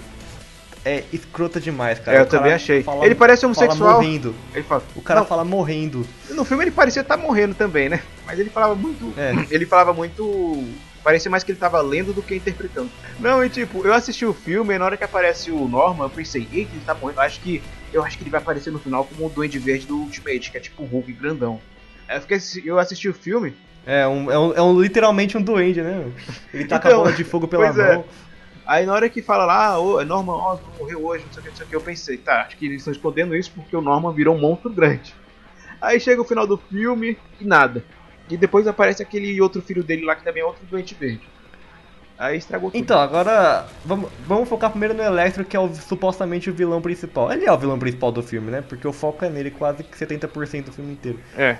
é escrota demais, cara. É, eu o cara também achei. Fala, ele parece homossexual. Fala morrendo. Ele fala, o cara não, fala morrendo. No filme ele parecia estar morrendo também, né? Mas ele falava muito. É. Ele falava muito. Parecia mais que ele tava lendo do que interpretando. Não, e tipo, eu assisti o filme e na hora que aparece o Norman, eu pensei, eita, ele tá morrendo. Eu acho que, eu acho que ele vai aparecer no final como o Duende Verde do Ultimate, que é tipo o Hulk grandão. Eu, fiquei, eu assisti o filme. É, um, é, um, é um, literalmente um duende, né? Ele tá então, com a bola de fogo pela mão. É. Aí na hora que fala lá, ah, oh, Norman Osborn morreu hoje, não sei o que, não sei o que, eu pensei, tá, acho que eles estão escondendo isso porque o Norman virou um monstro grande. Aí chega o final do filme e nada. E depois aparece aquele outro filho dele lá que também é outro Doente Verde. Aí estragou tudo. Então, agora vamos, vamos focar primeiro no Electro, que é o, supostamente o vilão principal. Ele é o vilão principal do filme, né? Porque o foco é nele quase que setenta por cento do filme inteiro. É.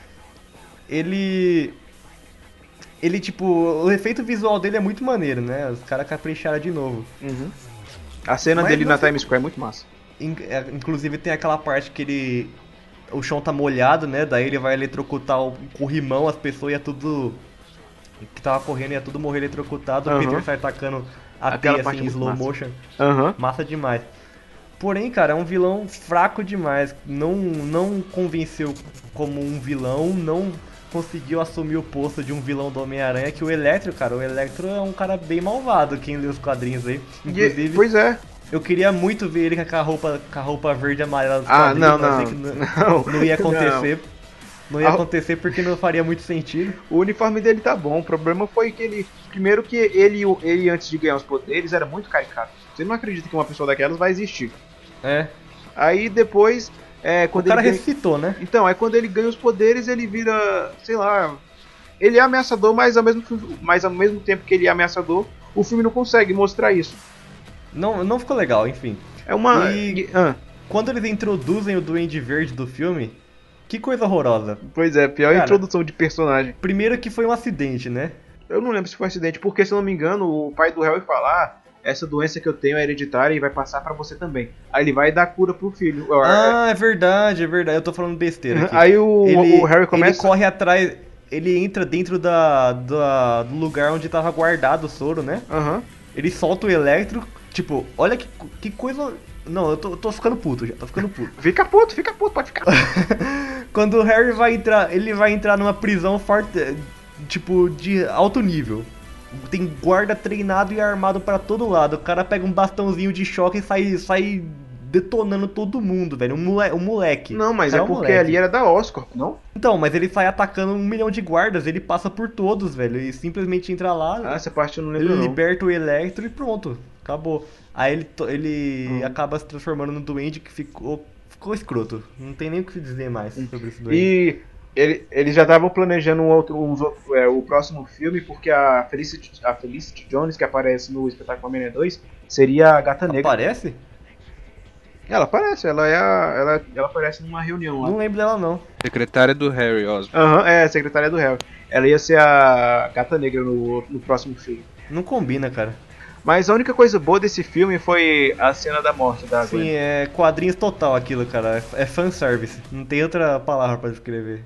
Ele... Ele, tipo, o efeito visual dele é muito maneiro, né? Os caras capricharam de novo. Uhum. A cena Mas dele na Times Square é muito massa. Inclusive tem aquela parte que ele... O chão tá molhado, né? Daí ele vai eletrocutar o corrimão, as pessoas ia tudo... Que tava correndo ia tudo morrer eletrocutado. Uhum. O Peter sai atacando a teia assim em slow massa. motion. Uhum. Massa demais. Porém, cara, é um vilão fraco demais. Não, não convenceu como um vilão, não... conseguiu assumir o posto de um vilão do Homem-Aranha, que o Electro, cara, o Electro é um cara bem malvado, quem lê os quadrinhos aí. Inclusive, e, pois é. Eu queria muito ver ele com a roupa, com a roupa verde e amarela dos ah, quadrinhos, não, mas não, que não, não, não ia acontecer. Não. Não ia a... acontecer porque não faria muito sentido. O uniforme dele tá bom, o problema foi que ele... Primeiro que ele, ele antes de ganhar os poderes, era muito caricato. Você não acredita que uma pessoa daquelas vai existir. É. Aí depois... É, quando o cara ele ressuscitou, ganha... né? Então, aí quando ele ganha os poderes, ele vira, sei lá... Ele é ameaçador, mas ao mesmo, mas ao mesmo tempo que ele é ameaçador, o filme não consegue mostrar isso. Não, não ficou legal, enfim. É uma... E ah. quando eles introduzem o Duende Verde do filme, que coisa horrorosa. Pois é, pior Cara, introdução de personagem. Primeiro que foi um acidente, né? Eu não lembro se foi um acidente, porque se eu não me engano, o pai do Harry fala... Ah, essa doença que eu tenho é hereditária e vai passar pra você também. Aí ele vai dar cura pro filho. Ah, é verdade, é verdade. Eu tô falando besteira aqui. Aí o, ele, o Harry começa... Ele corre atrás... Ele entra dentro da, da, do lugar onde tava guardado o soro, né? Uhum. Ele solta o Electro. Tipo, olha que, que coisa... Não, eu tô, eu tô ficando puto já, tô ficando puto. Fica puto, fica puto, pode ficar. Quando o Harry vai entrar, ele vai entrar numa prisão forte, tipo, de alto nível. tem guarda treinado e armado pra todo lado. O cara pega um bastãozinho de choque e sai, sai detonando todo mundo, velho. Um, mole, um moleque. Não, mas Cara, é um porque moleque. ali era da Oscorp, não? Então, mas ele sai atacando um milhão de guardas, ele passa por todos, velho. E simplesmente entra lá, Ah, essa parte eu não lembro ele não. liberta o Electro e pronto. Acabou. Aí ele, to- ele Hum. acaba se transformando no duende que ficou, ficou escroto. Não tem nem o que dizer mais sobre esse duende. E ele, eles já estavam planejando um outro, uns outro- é, o próximo filme, porque a Felicity, a Felicity Jones, que aparece no Espetáculo Homem-Aranha dois, seria a Gata Negra. Aparece? Ela aparece, ela é a, ela, ela aparece numa reunião lá. Não lembro dela não. Secretária do Harry Osborn. Aham, é, a secretária do Harry. Ela ia ser a Gata Negra no, no próximo filme. Não combina, cara. Mas a única coisa boa desse filme foi a cena da morte da Gwen. Sim, é quadrinhos total aquilo, cara. É fanservice. Não tem outra palavra pra descrever.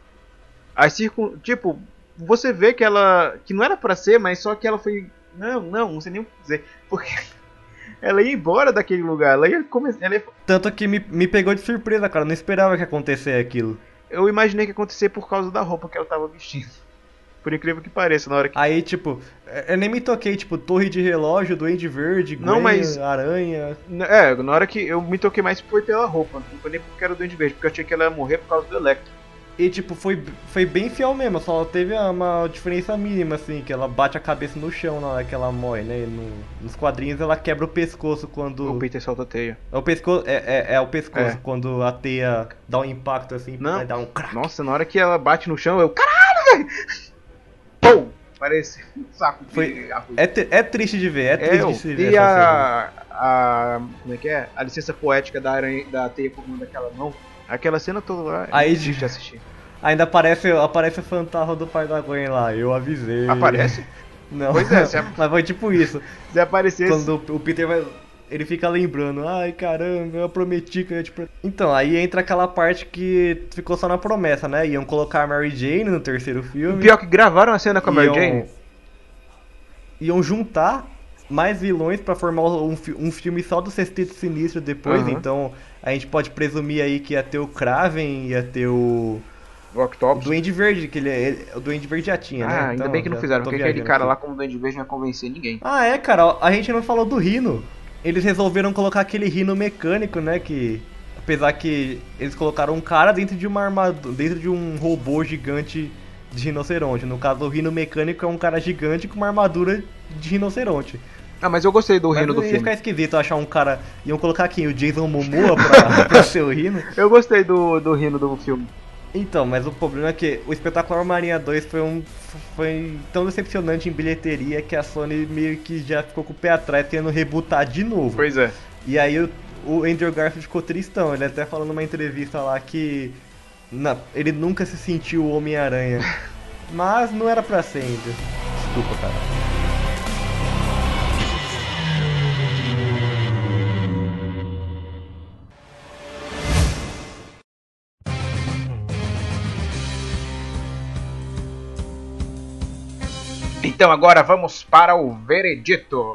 As circun... Tipo, você vê que ela... Que não era pra ser, mas só que ela foi... Não, não, não sei nem o que dizer. Porque ela ia embora daquele lugar. Ela ia começar... Ela ia... Tanto que me, me pegou de surpresa, cara. Não esperava que acontecesse aquilo. Eu imaginei que ia acontecer por causa da roupa que ela tava vestindo. Por incrível que pareça, na hora que... Aí, tipo, eu nem me toquei, tipo, Torre de Relógio, Duende Verde, Gwen, Não, mas- Aranha. É, na hora que eu me toquei mais foi pela roupa. Não foi nem porque era o Duende Verde, porque eu achei que ela ia morrer por causa do Electro. E, tipo, foi, foi bem fiel mesmo, só teve uma diferença mínima, assim, que ela bate a cabeça no chão na hora que ela morre, né? E no- nos quadrinhos ela quebra o pescoço quando... O Peter solta a teia. É o pescoço, é, é, é o pescoço, É. quando a teia dá um impacto, assim, Não. vai dar um crack. Nossa, na hora que ela bate no chão, eu... Caralho, velho! Pum! Parece um saco de Foi- arroz. É, tri- é triste de ver, é triste É, de se ver e essa cena. a, a... Como é que é? A licença poética da, aranha, da teia comando daquela mão. Aquela cena toda lá é Aí- difícil de assistir. Ainda aparece, aparece o fantasma do pai da Gwen lá, eu avisei. Aparece? Não, Pois é, se a- mas foi tipo isso. Se aparecesse... Quando o Peter vai. Ele fica lembrando, ai caramba, eu prometi que eu ia te proteger. Então, aí entra aquela parte que ficou só na promessa, né? Iam colocar a Mary Jane no terceiro filme. Pior que gravaram a cena com a Mary iam, Jane. Iam juntar mais vilões pra formar um, fi- um filme só do Sexteto Sinistro depois. Aham. Então, a gente pode presumir aí que ia ter o Kraven, ia ter o. O O Octopus. Duende Verde, que ele, ele- o Duende Verde já tinha, né? Ah, ainda Então, bem que não já fizeram, tô porque aquele viajando cara aqui. lá como Duende Verde não ia convencer ninguém. Ah, é, cara, a gente não falou do Rhino. Eles resolveram colocar aquele Rhino mecânico, né, que apesar que eles colocaram um cara dentro de uma armadura, dentro de um robô gigante de rinoceronte. No caso, o Rhino mecânico é um cara gigante com uma armadura de rinoceronte. Ah, mas eu gostei do Mas Rhino do ia filme. ficar esquisito achar um cara, iam colocar aqui o Jason Momoa pra, pra ser o Rhino. Eu gostei do, do Rhino do filme. Então, mas o problema é que o Espetacular Marinha dois foi um foi tão decepcionante em bilheteria que a Sony meio que já ficou com o pé atrás querendo rebootar de novo. Pois é. E aí o, o Andrew Garfield ficou tristão, ele até falou numa entrevista lá que na- ele nunca se sentiu o Homem-Aranha. Mas não era pra ser ainda. Desculpa, cara. Então agora vamos para o veredito.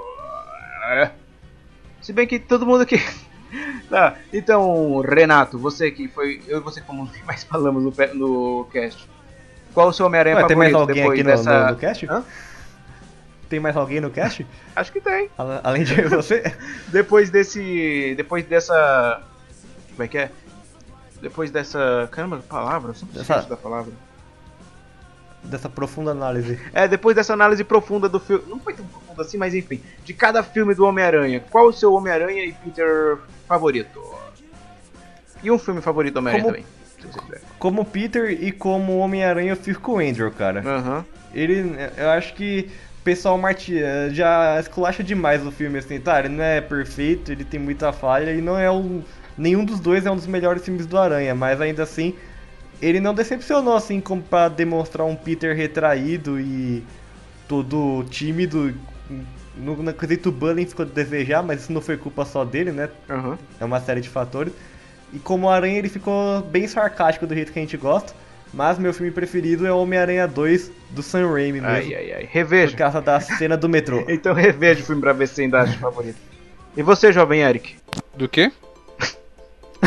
Se bem que todo mundo aqui. Tá, então, Renato, você que foi. Eu e você como mais falamos no, pe- no cast. Qual o seu Homem-Aranha Ué, favorito tem mais alguém depois aqui no, dessa. no, no cast? Hã? Tem mais alguém no cast? Acho que tem. Ale- Além de você? Depois desse. Depois dessa. Como é que é? Depois dessa. Caramba, palavra? Eu sempre Dessa- esqueço da palavra. Dessa profunda análise. É, depois dessa análise profunda do filme. Não foi tão profunda assim, mas enfim. De cada filme do Homem-Aranha. Qual o seu Homem-Aranha e Peter favorito? E um filme favorito do Homem-Aranha Como- também. Se você quiser. Como Peter e como Homem-Aranha eu fico com o Andrew, cara. Aham. Ele, eu acho que o pessoal marti- já esculacha demais o filme, assim, tá? Ele não é perfeito, ele tem muita falha e não é um. Nenhum dos dois é um dos melhores filmes do Aranha, mas ainda assim, ele não decepcionou, assim, como pra demonstrar um Peter retraído e todo tímido. No, no quesito bullying ficou a desejar, mas isso não foi culpa só dele, né? Aham. É uma série de fatores. E como Aranha ele ficou bem sarcástico do jeito que a gente gosta. Mas meu filme preferido é o Homem-Aranha dois do Sam Raimi mesmo. Ai, ai, ai. Por Reveja. causa da cena do metrô. Então reveja o filme pra ver se você ainda acha favorito. E você, jovem Eric? Do quê?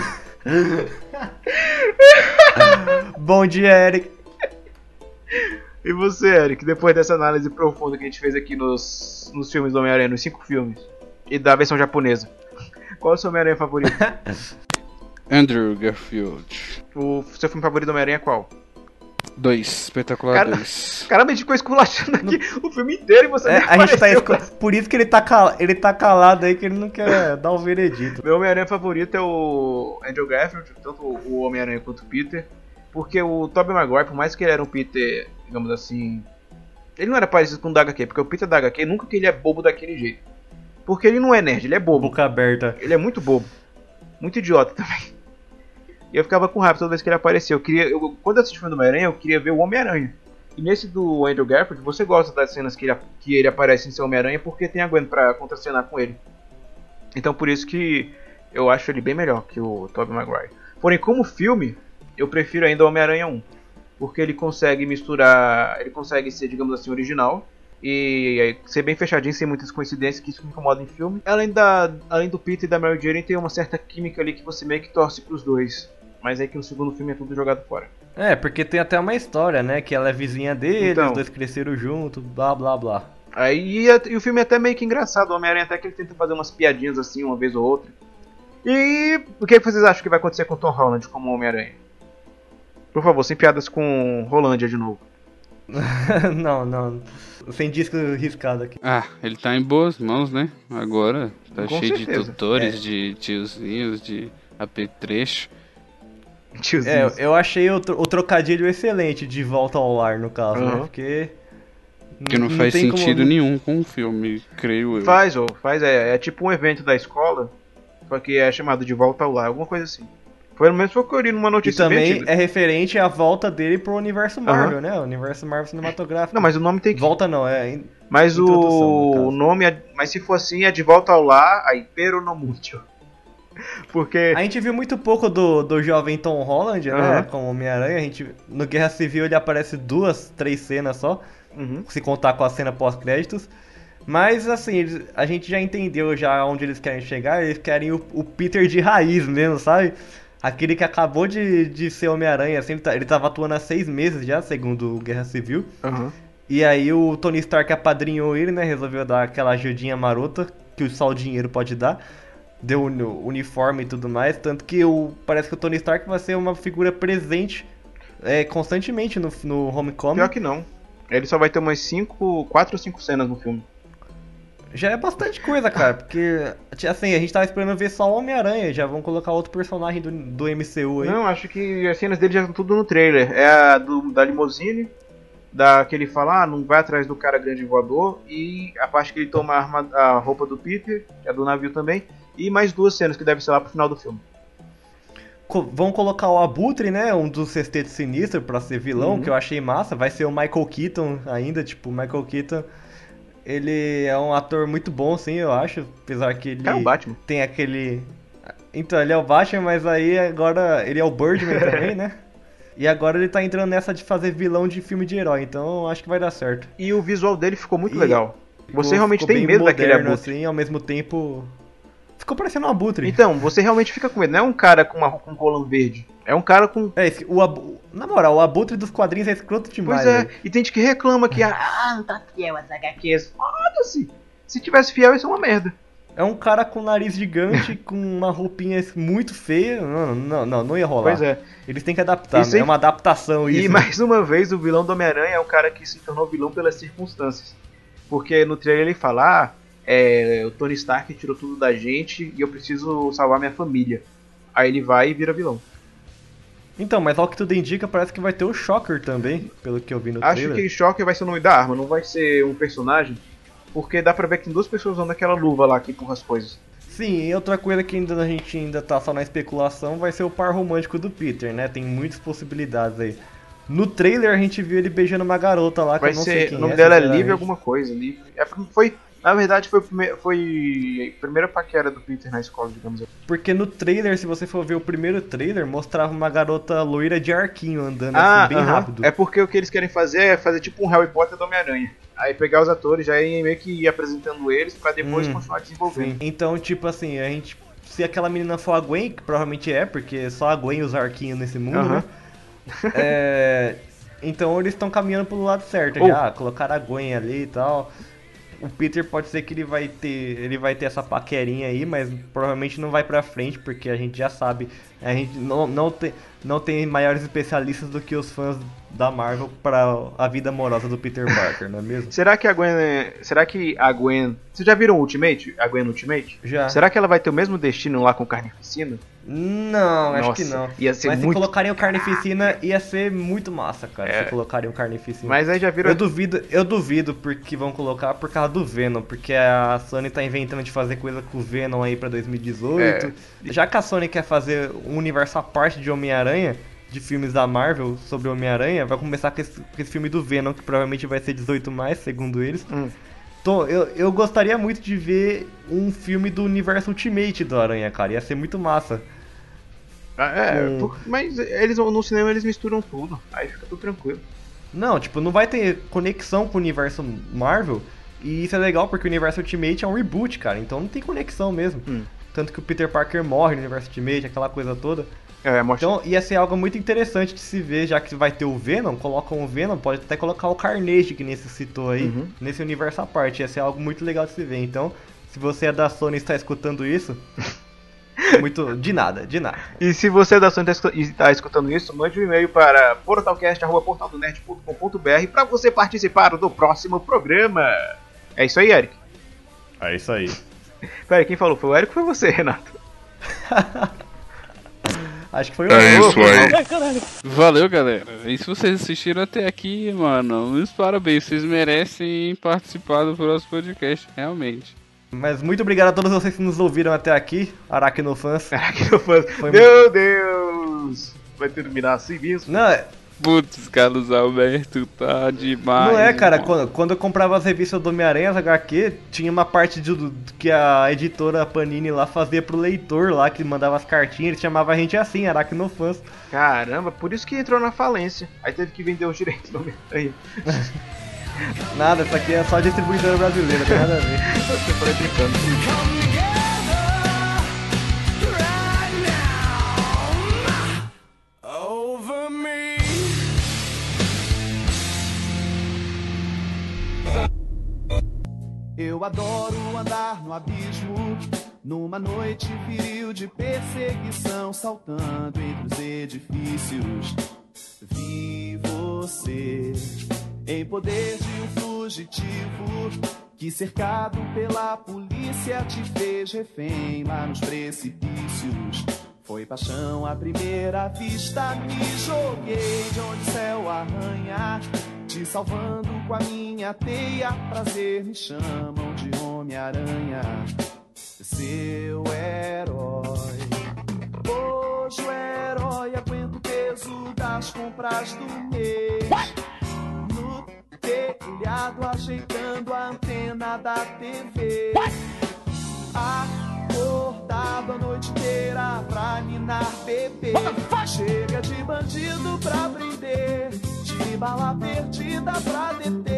Bom dia, Eric. E você, Eric, depois dessa análise profunda que a gente fez aqui nos, nos filmes do Homem-Aranha, nos cinco filmes, e da versão japonesa, qual é o seu Homem-Aranha favorito? Andrew Garfield. O seu filme favorito do Homem-Aranha é qual? Dois, Espetacular Cara, dois. Caramba, a gente ficou esculachando aqui no... o filme inteiro e você é, nem a gente tá escu... Por isso que ele tá, cal... ele tá calado aí, que ele não quer dar o veredito. Meu Homem-Aranha favorito é o Andrew Garfield, tanto o Homem-Aranha quanto o Peter. Porque o Tobey Maguire, por mais que ele era um Peter, digamos assim... Ele não era parecido com o da H Q, porque o Peter da H Q nunca que ele é bobo daquele jeito. Porque ele não é nerd, ele é bobo. Boca aberta. Ele é muito bobo. Muito idiota também. E eu ficava com raiva toda vez que ele aparecia. Eu queria, eu, quando eu assisti o filme do Homem-Aranha, eu queria ver o Homem-Aranha. E nesse do Andrew Garfield, você gosta das cenas que ele, que ele aparece em seu Homem-Aranha porque tem a Gwen pra contracenar com ele. Então por isso que eu acho ele bem melhor que o Tobey Maguire. Porém, como filme, eu prefiro ainda o Homem-Aranha um. Porque ele consegue misturar, ele consegue ser, digamos assim, original. E ser bem fechadinho, sem muitas coincidências, que isso me incomoda em filme. Além, da, além do Peter e da Mary Jane, tem uma certa química ali que você meio que torce pros dois. Mas aí que no segundo filme é tudo jogado fora. É, porque tem até uma história, né? Que ela é vizinha dele, então, os dois cresceram juntos, blá blá blá. Aí e o filme é até meio que engraçado. O Homem-Aranha até que ele tenta fazer umas piadinhas assim, uma vez ou outra. E o que vocês acham que vai acontecer com o Tom Holland como Homem-Aranha? Por favor, sem piadas com Rolândia de novo. Não, não. Sem disco riscado aqui. Ah, ele tá em boas mãos, né? Agora tá com cheio certeza. de tutores, é. de tiozinhos, de apetrecho. É, eu achei o, tro o trocadilho excelente de volta ao lar, no caso, uhum. né? Porque... Que não, não faz sentido como... nenhum com o filme, creio eu. Faz, ou faz, é, é tipo um evento da escola, só que é chamado de volta ao lar, alguma coisa assim. Pelo menos foi o que eu li numa notícia. E também é referente à volta dele pro universo Marvel, uhum. né? O universo Marvel cinematográfico. Não, mas o nome tem que... Volta não, é... Mas o... o nome, é... mas se for assim, é de volta ao lar, aí pero no mucho. Porque... A gente viu muito pouco do, do jovem Tom Holland, uhum. né? Com o Homem-Aranha. A gente... No Guerra Civil ele aparece duas, três cenas só. Uhum. Se contar com a cena pós-créditos. Mas assim, a gente já entendeu já onde eles querem chegar. Eles querem o, o Peter de raiz mesmo, sabe? Aquele que acabou de, de ser Homem-Aranha, assim, ele tava atuando há seis meses já, segundo o Guerra Civil. Uhum. E aí o Tony Stark apadrinhou ele, né? Resolveu dar aquela ajudinha marota, que só o dinheiro pode dar. Deu o uniforme e tudo mais. Tanto que o, parece que o Tony Stark vai ser uma figura presente é, constantemente no, no Homecoming. Pior que não. Ele só vai ter umas cinco, quatro ou cinco cenas no filme. Já é bastante coisa, cara, porque assim, a gente tava esperando ver só o Homem-Aranha, já vão colocar outro personagem do, do M C U aí. Não, acho que as cenas dele já estão tudo no trailer. É a do, da limousine, da que ele fala, ah, não vai atrás do cara grande voador, e a parte que ele toma a, arma, a roupa do Peter, que é do navio também, e mais duas cenas que deve ser lá pro final do filme. Co- vão colocar o Abutre, né, um dos Sextetos Sinistros pra ser vilão, uhum. que eu achei massa, vai ser o Michael Keaton ainda, tipo, o Michael Keaton... Ele é um ator muito bom, sim, eu acho. Apesar que ele é o Batman. Tem aquele... Então, ele é o Batman, mas aí agora ele é o Birdman também, né? E agora ele tá entrando nessa de fazer vilão de filme de herói, então acho que vai dar certo. E o visual dele ficou muito e legal. Você ficou, realmente ficou tem medo moderno, daquele Abutre. Assim, ao mesmo tempo... Ficou parecendo um Abutre. Então, você realmente fica com medo. Não é um cara com, uma, com um colão verde. É um cara com... É, o Ab... Na moral, o Abutre dos quadrinhos é escroto demais. Pois é, véio. E tem gente que reclama que... Ah, não tá fiel às H Qs. Foda-se. Se tivesse fiel, isso é uma merda. É um cara com nariz gigante, com uma roupinha muito feia. Não, não, não, não ia rolar. Pois é. Eles têm que adaptar, né? É uma adaptação isso. E mais uma vez, o vilão do Homem-Aranha é um cara que se tornou vilão pelas circunstâncias. Porque no trailer ele fala... Ah, é, o Tony Stark tirou tudo da gente e eu preciso salvar minha família. Aí ele vai e vira vilão. Então, mas ao que tudo indica, parece que vai ter o Shocker também, pelo que eu vi no Acho trailer. Acho que o Shocker vai ser o nome da arma, não vai ser um personagem. Porque dá pra ver que tem duas pessoas usando aquela luva lá que empurra as coisas. Sim, e outra coisa que ainda a gente ainda tá só na especulação vai ser o par romântico do Peter, né? Tem muitas possibilidades aí. No trailer a gente viu ele beijando uma garota lá, que vai eu não ser, sei quem é. O nome dela é Liv alguma coisa. Liv. É, foi... Na verdade, foi, prime... foi a primeira paquera do Peter na escola, digamos assim. Porque no trailer, se você for ver o primeiro trailer, mostrava uma garota loira de arquinho andando ah, assim, bem uh-huh. rápido. É porque o que eles querem fazer é fazer tipo um Harry Potter do Homem-Aranha. Aí pegar os atores já e meio que ir apresentando eles pra depois hum, continuar desenvolvendo. Sim. Então, tipo assim, a gente... Se aquela menina for a Gwen, que provavelmente é, porque só a Gwen usa arquinho nesse mundo, uh-huh. né? É... Então eles estão caminhando pro lado certo, Oh. já colocaram a Gwen ali e tal. O Peter pode ser que ele vai ter, ele vai ter essa paquerinha aí, mas provavelmente não vai pra frente, porque a gente já sabe, a gente não, não, tem, não tem maiores especialistas do que os fãs da Marvel pra a vida amorosa do Peter Parker, não é mesmo? Será que a Gwen. Será que a Gwen. Vocês já viram o Ultimate? A Gwen no Ultimate? Já. Será que ela vai ter o mesmo destino lá com Carnificina? Não, acho Nossa, que não. ia ser Mas muito- se colocarem o Carnificina, ia ser muito massa, cara, É. se colocarem o Carnificina. Mas aí já viram. Eu duvido, eu duvido porque vão colocar por causa do Venom, porque a Sony tá inventando de fazer coisa com o Venom aí pra dois mil e dezoito. É. Já que a Sony quer fazer um universo à parte de Homem-Aranha, de filmes da Marvel sobre Homem-Aranha, vai começar com esse, com esse filme do Venom, que provavelmente vai ser dezoito mais, segundo eles. Hum. Então, eu, eu gostaria muito de ver um filme do universo Ultimate do Aranha, cara, ia ser muito massa. Ah, É, Hum. por- mas eles no cinema eles misturam tudo. Aí fica tudo tranquilo. Não, tipo, não vai ter conexão com o universo Marvel. E isso é legal porque o universo Ultimate é um reboot, cara. Então não tem conexão mesmo. Hum. Tanto que o Peter Parker morre no universo Ultimate, aquela coisa toda. É, mostra. Então ia ser algo muito interessante de se ver, já que vai ter o Venom, colocam o Venom, pode até colocar o Carnage que necessitou aí, Uhum. nesse universo à parte. Ia ser algo muito legal de se ver. Então, se você é da Sony e está escutando isso, muito. De nada, de nada. E se você é da Sony e está escutando isso, mande um e-mail para portalcast arroba portal do nerd ponto com ponto b r para você participar do próximo programa. É isso aí, Eric. É isso aí. Pera, quem falou? Foi o Eric ou foi você, Renato? Acho que foi o É Eric. isso aí. Valeu, galera. E se vocês assistiram até aqui, mano, meus parabéns. Vocês merecem participar do próximo podcast, realmente. Mas muito obrigado a todos vocês que nos ouviram até aqui, Aracnofãs. Aracnofãs. Foi Meu Deus! Vai terminar assim mesmo? Não, é- Putz, Carlos Alberto, tá demais. não é, cara. mano. Quando, quando eu comprava as revistas do Homem-Aranha, as H Q, tinha uma parte de, do- que a editora Panini lá fazia pro leitor lá, que mandava as cartinhas, ele chamava a gente assim, Aracnofãs. Caramba, por isso que entrou na falência. Aí teve que vender os direitos do Homem-Aranha. Nada, isso aqui é só distribuidora brasileira, não tem nada a ver. Você foi brincando. Eu adoro andar no abismo, numa noite viril de perseguição, saltando entre os edifícios. Vi você em poder de um fugitivo que, cercado pela polícia, te fez refém lá nos precipícios. Foi paixão à primeira vista, me joguei de onde o céu arranha, te salvando com a minha teia. Prazer, me chamam de Homem-Aranha, seu herói. Hoje o herói aguenta o peso das compras do mês. No telhado, ajeitando a antena da T V. Acordado a noite inteira pra ninar bebê. Chega de bandido pra prender, de bala perdida pra deter.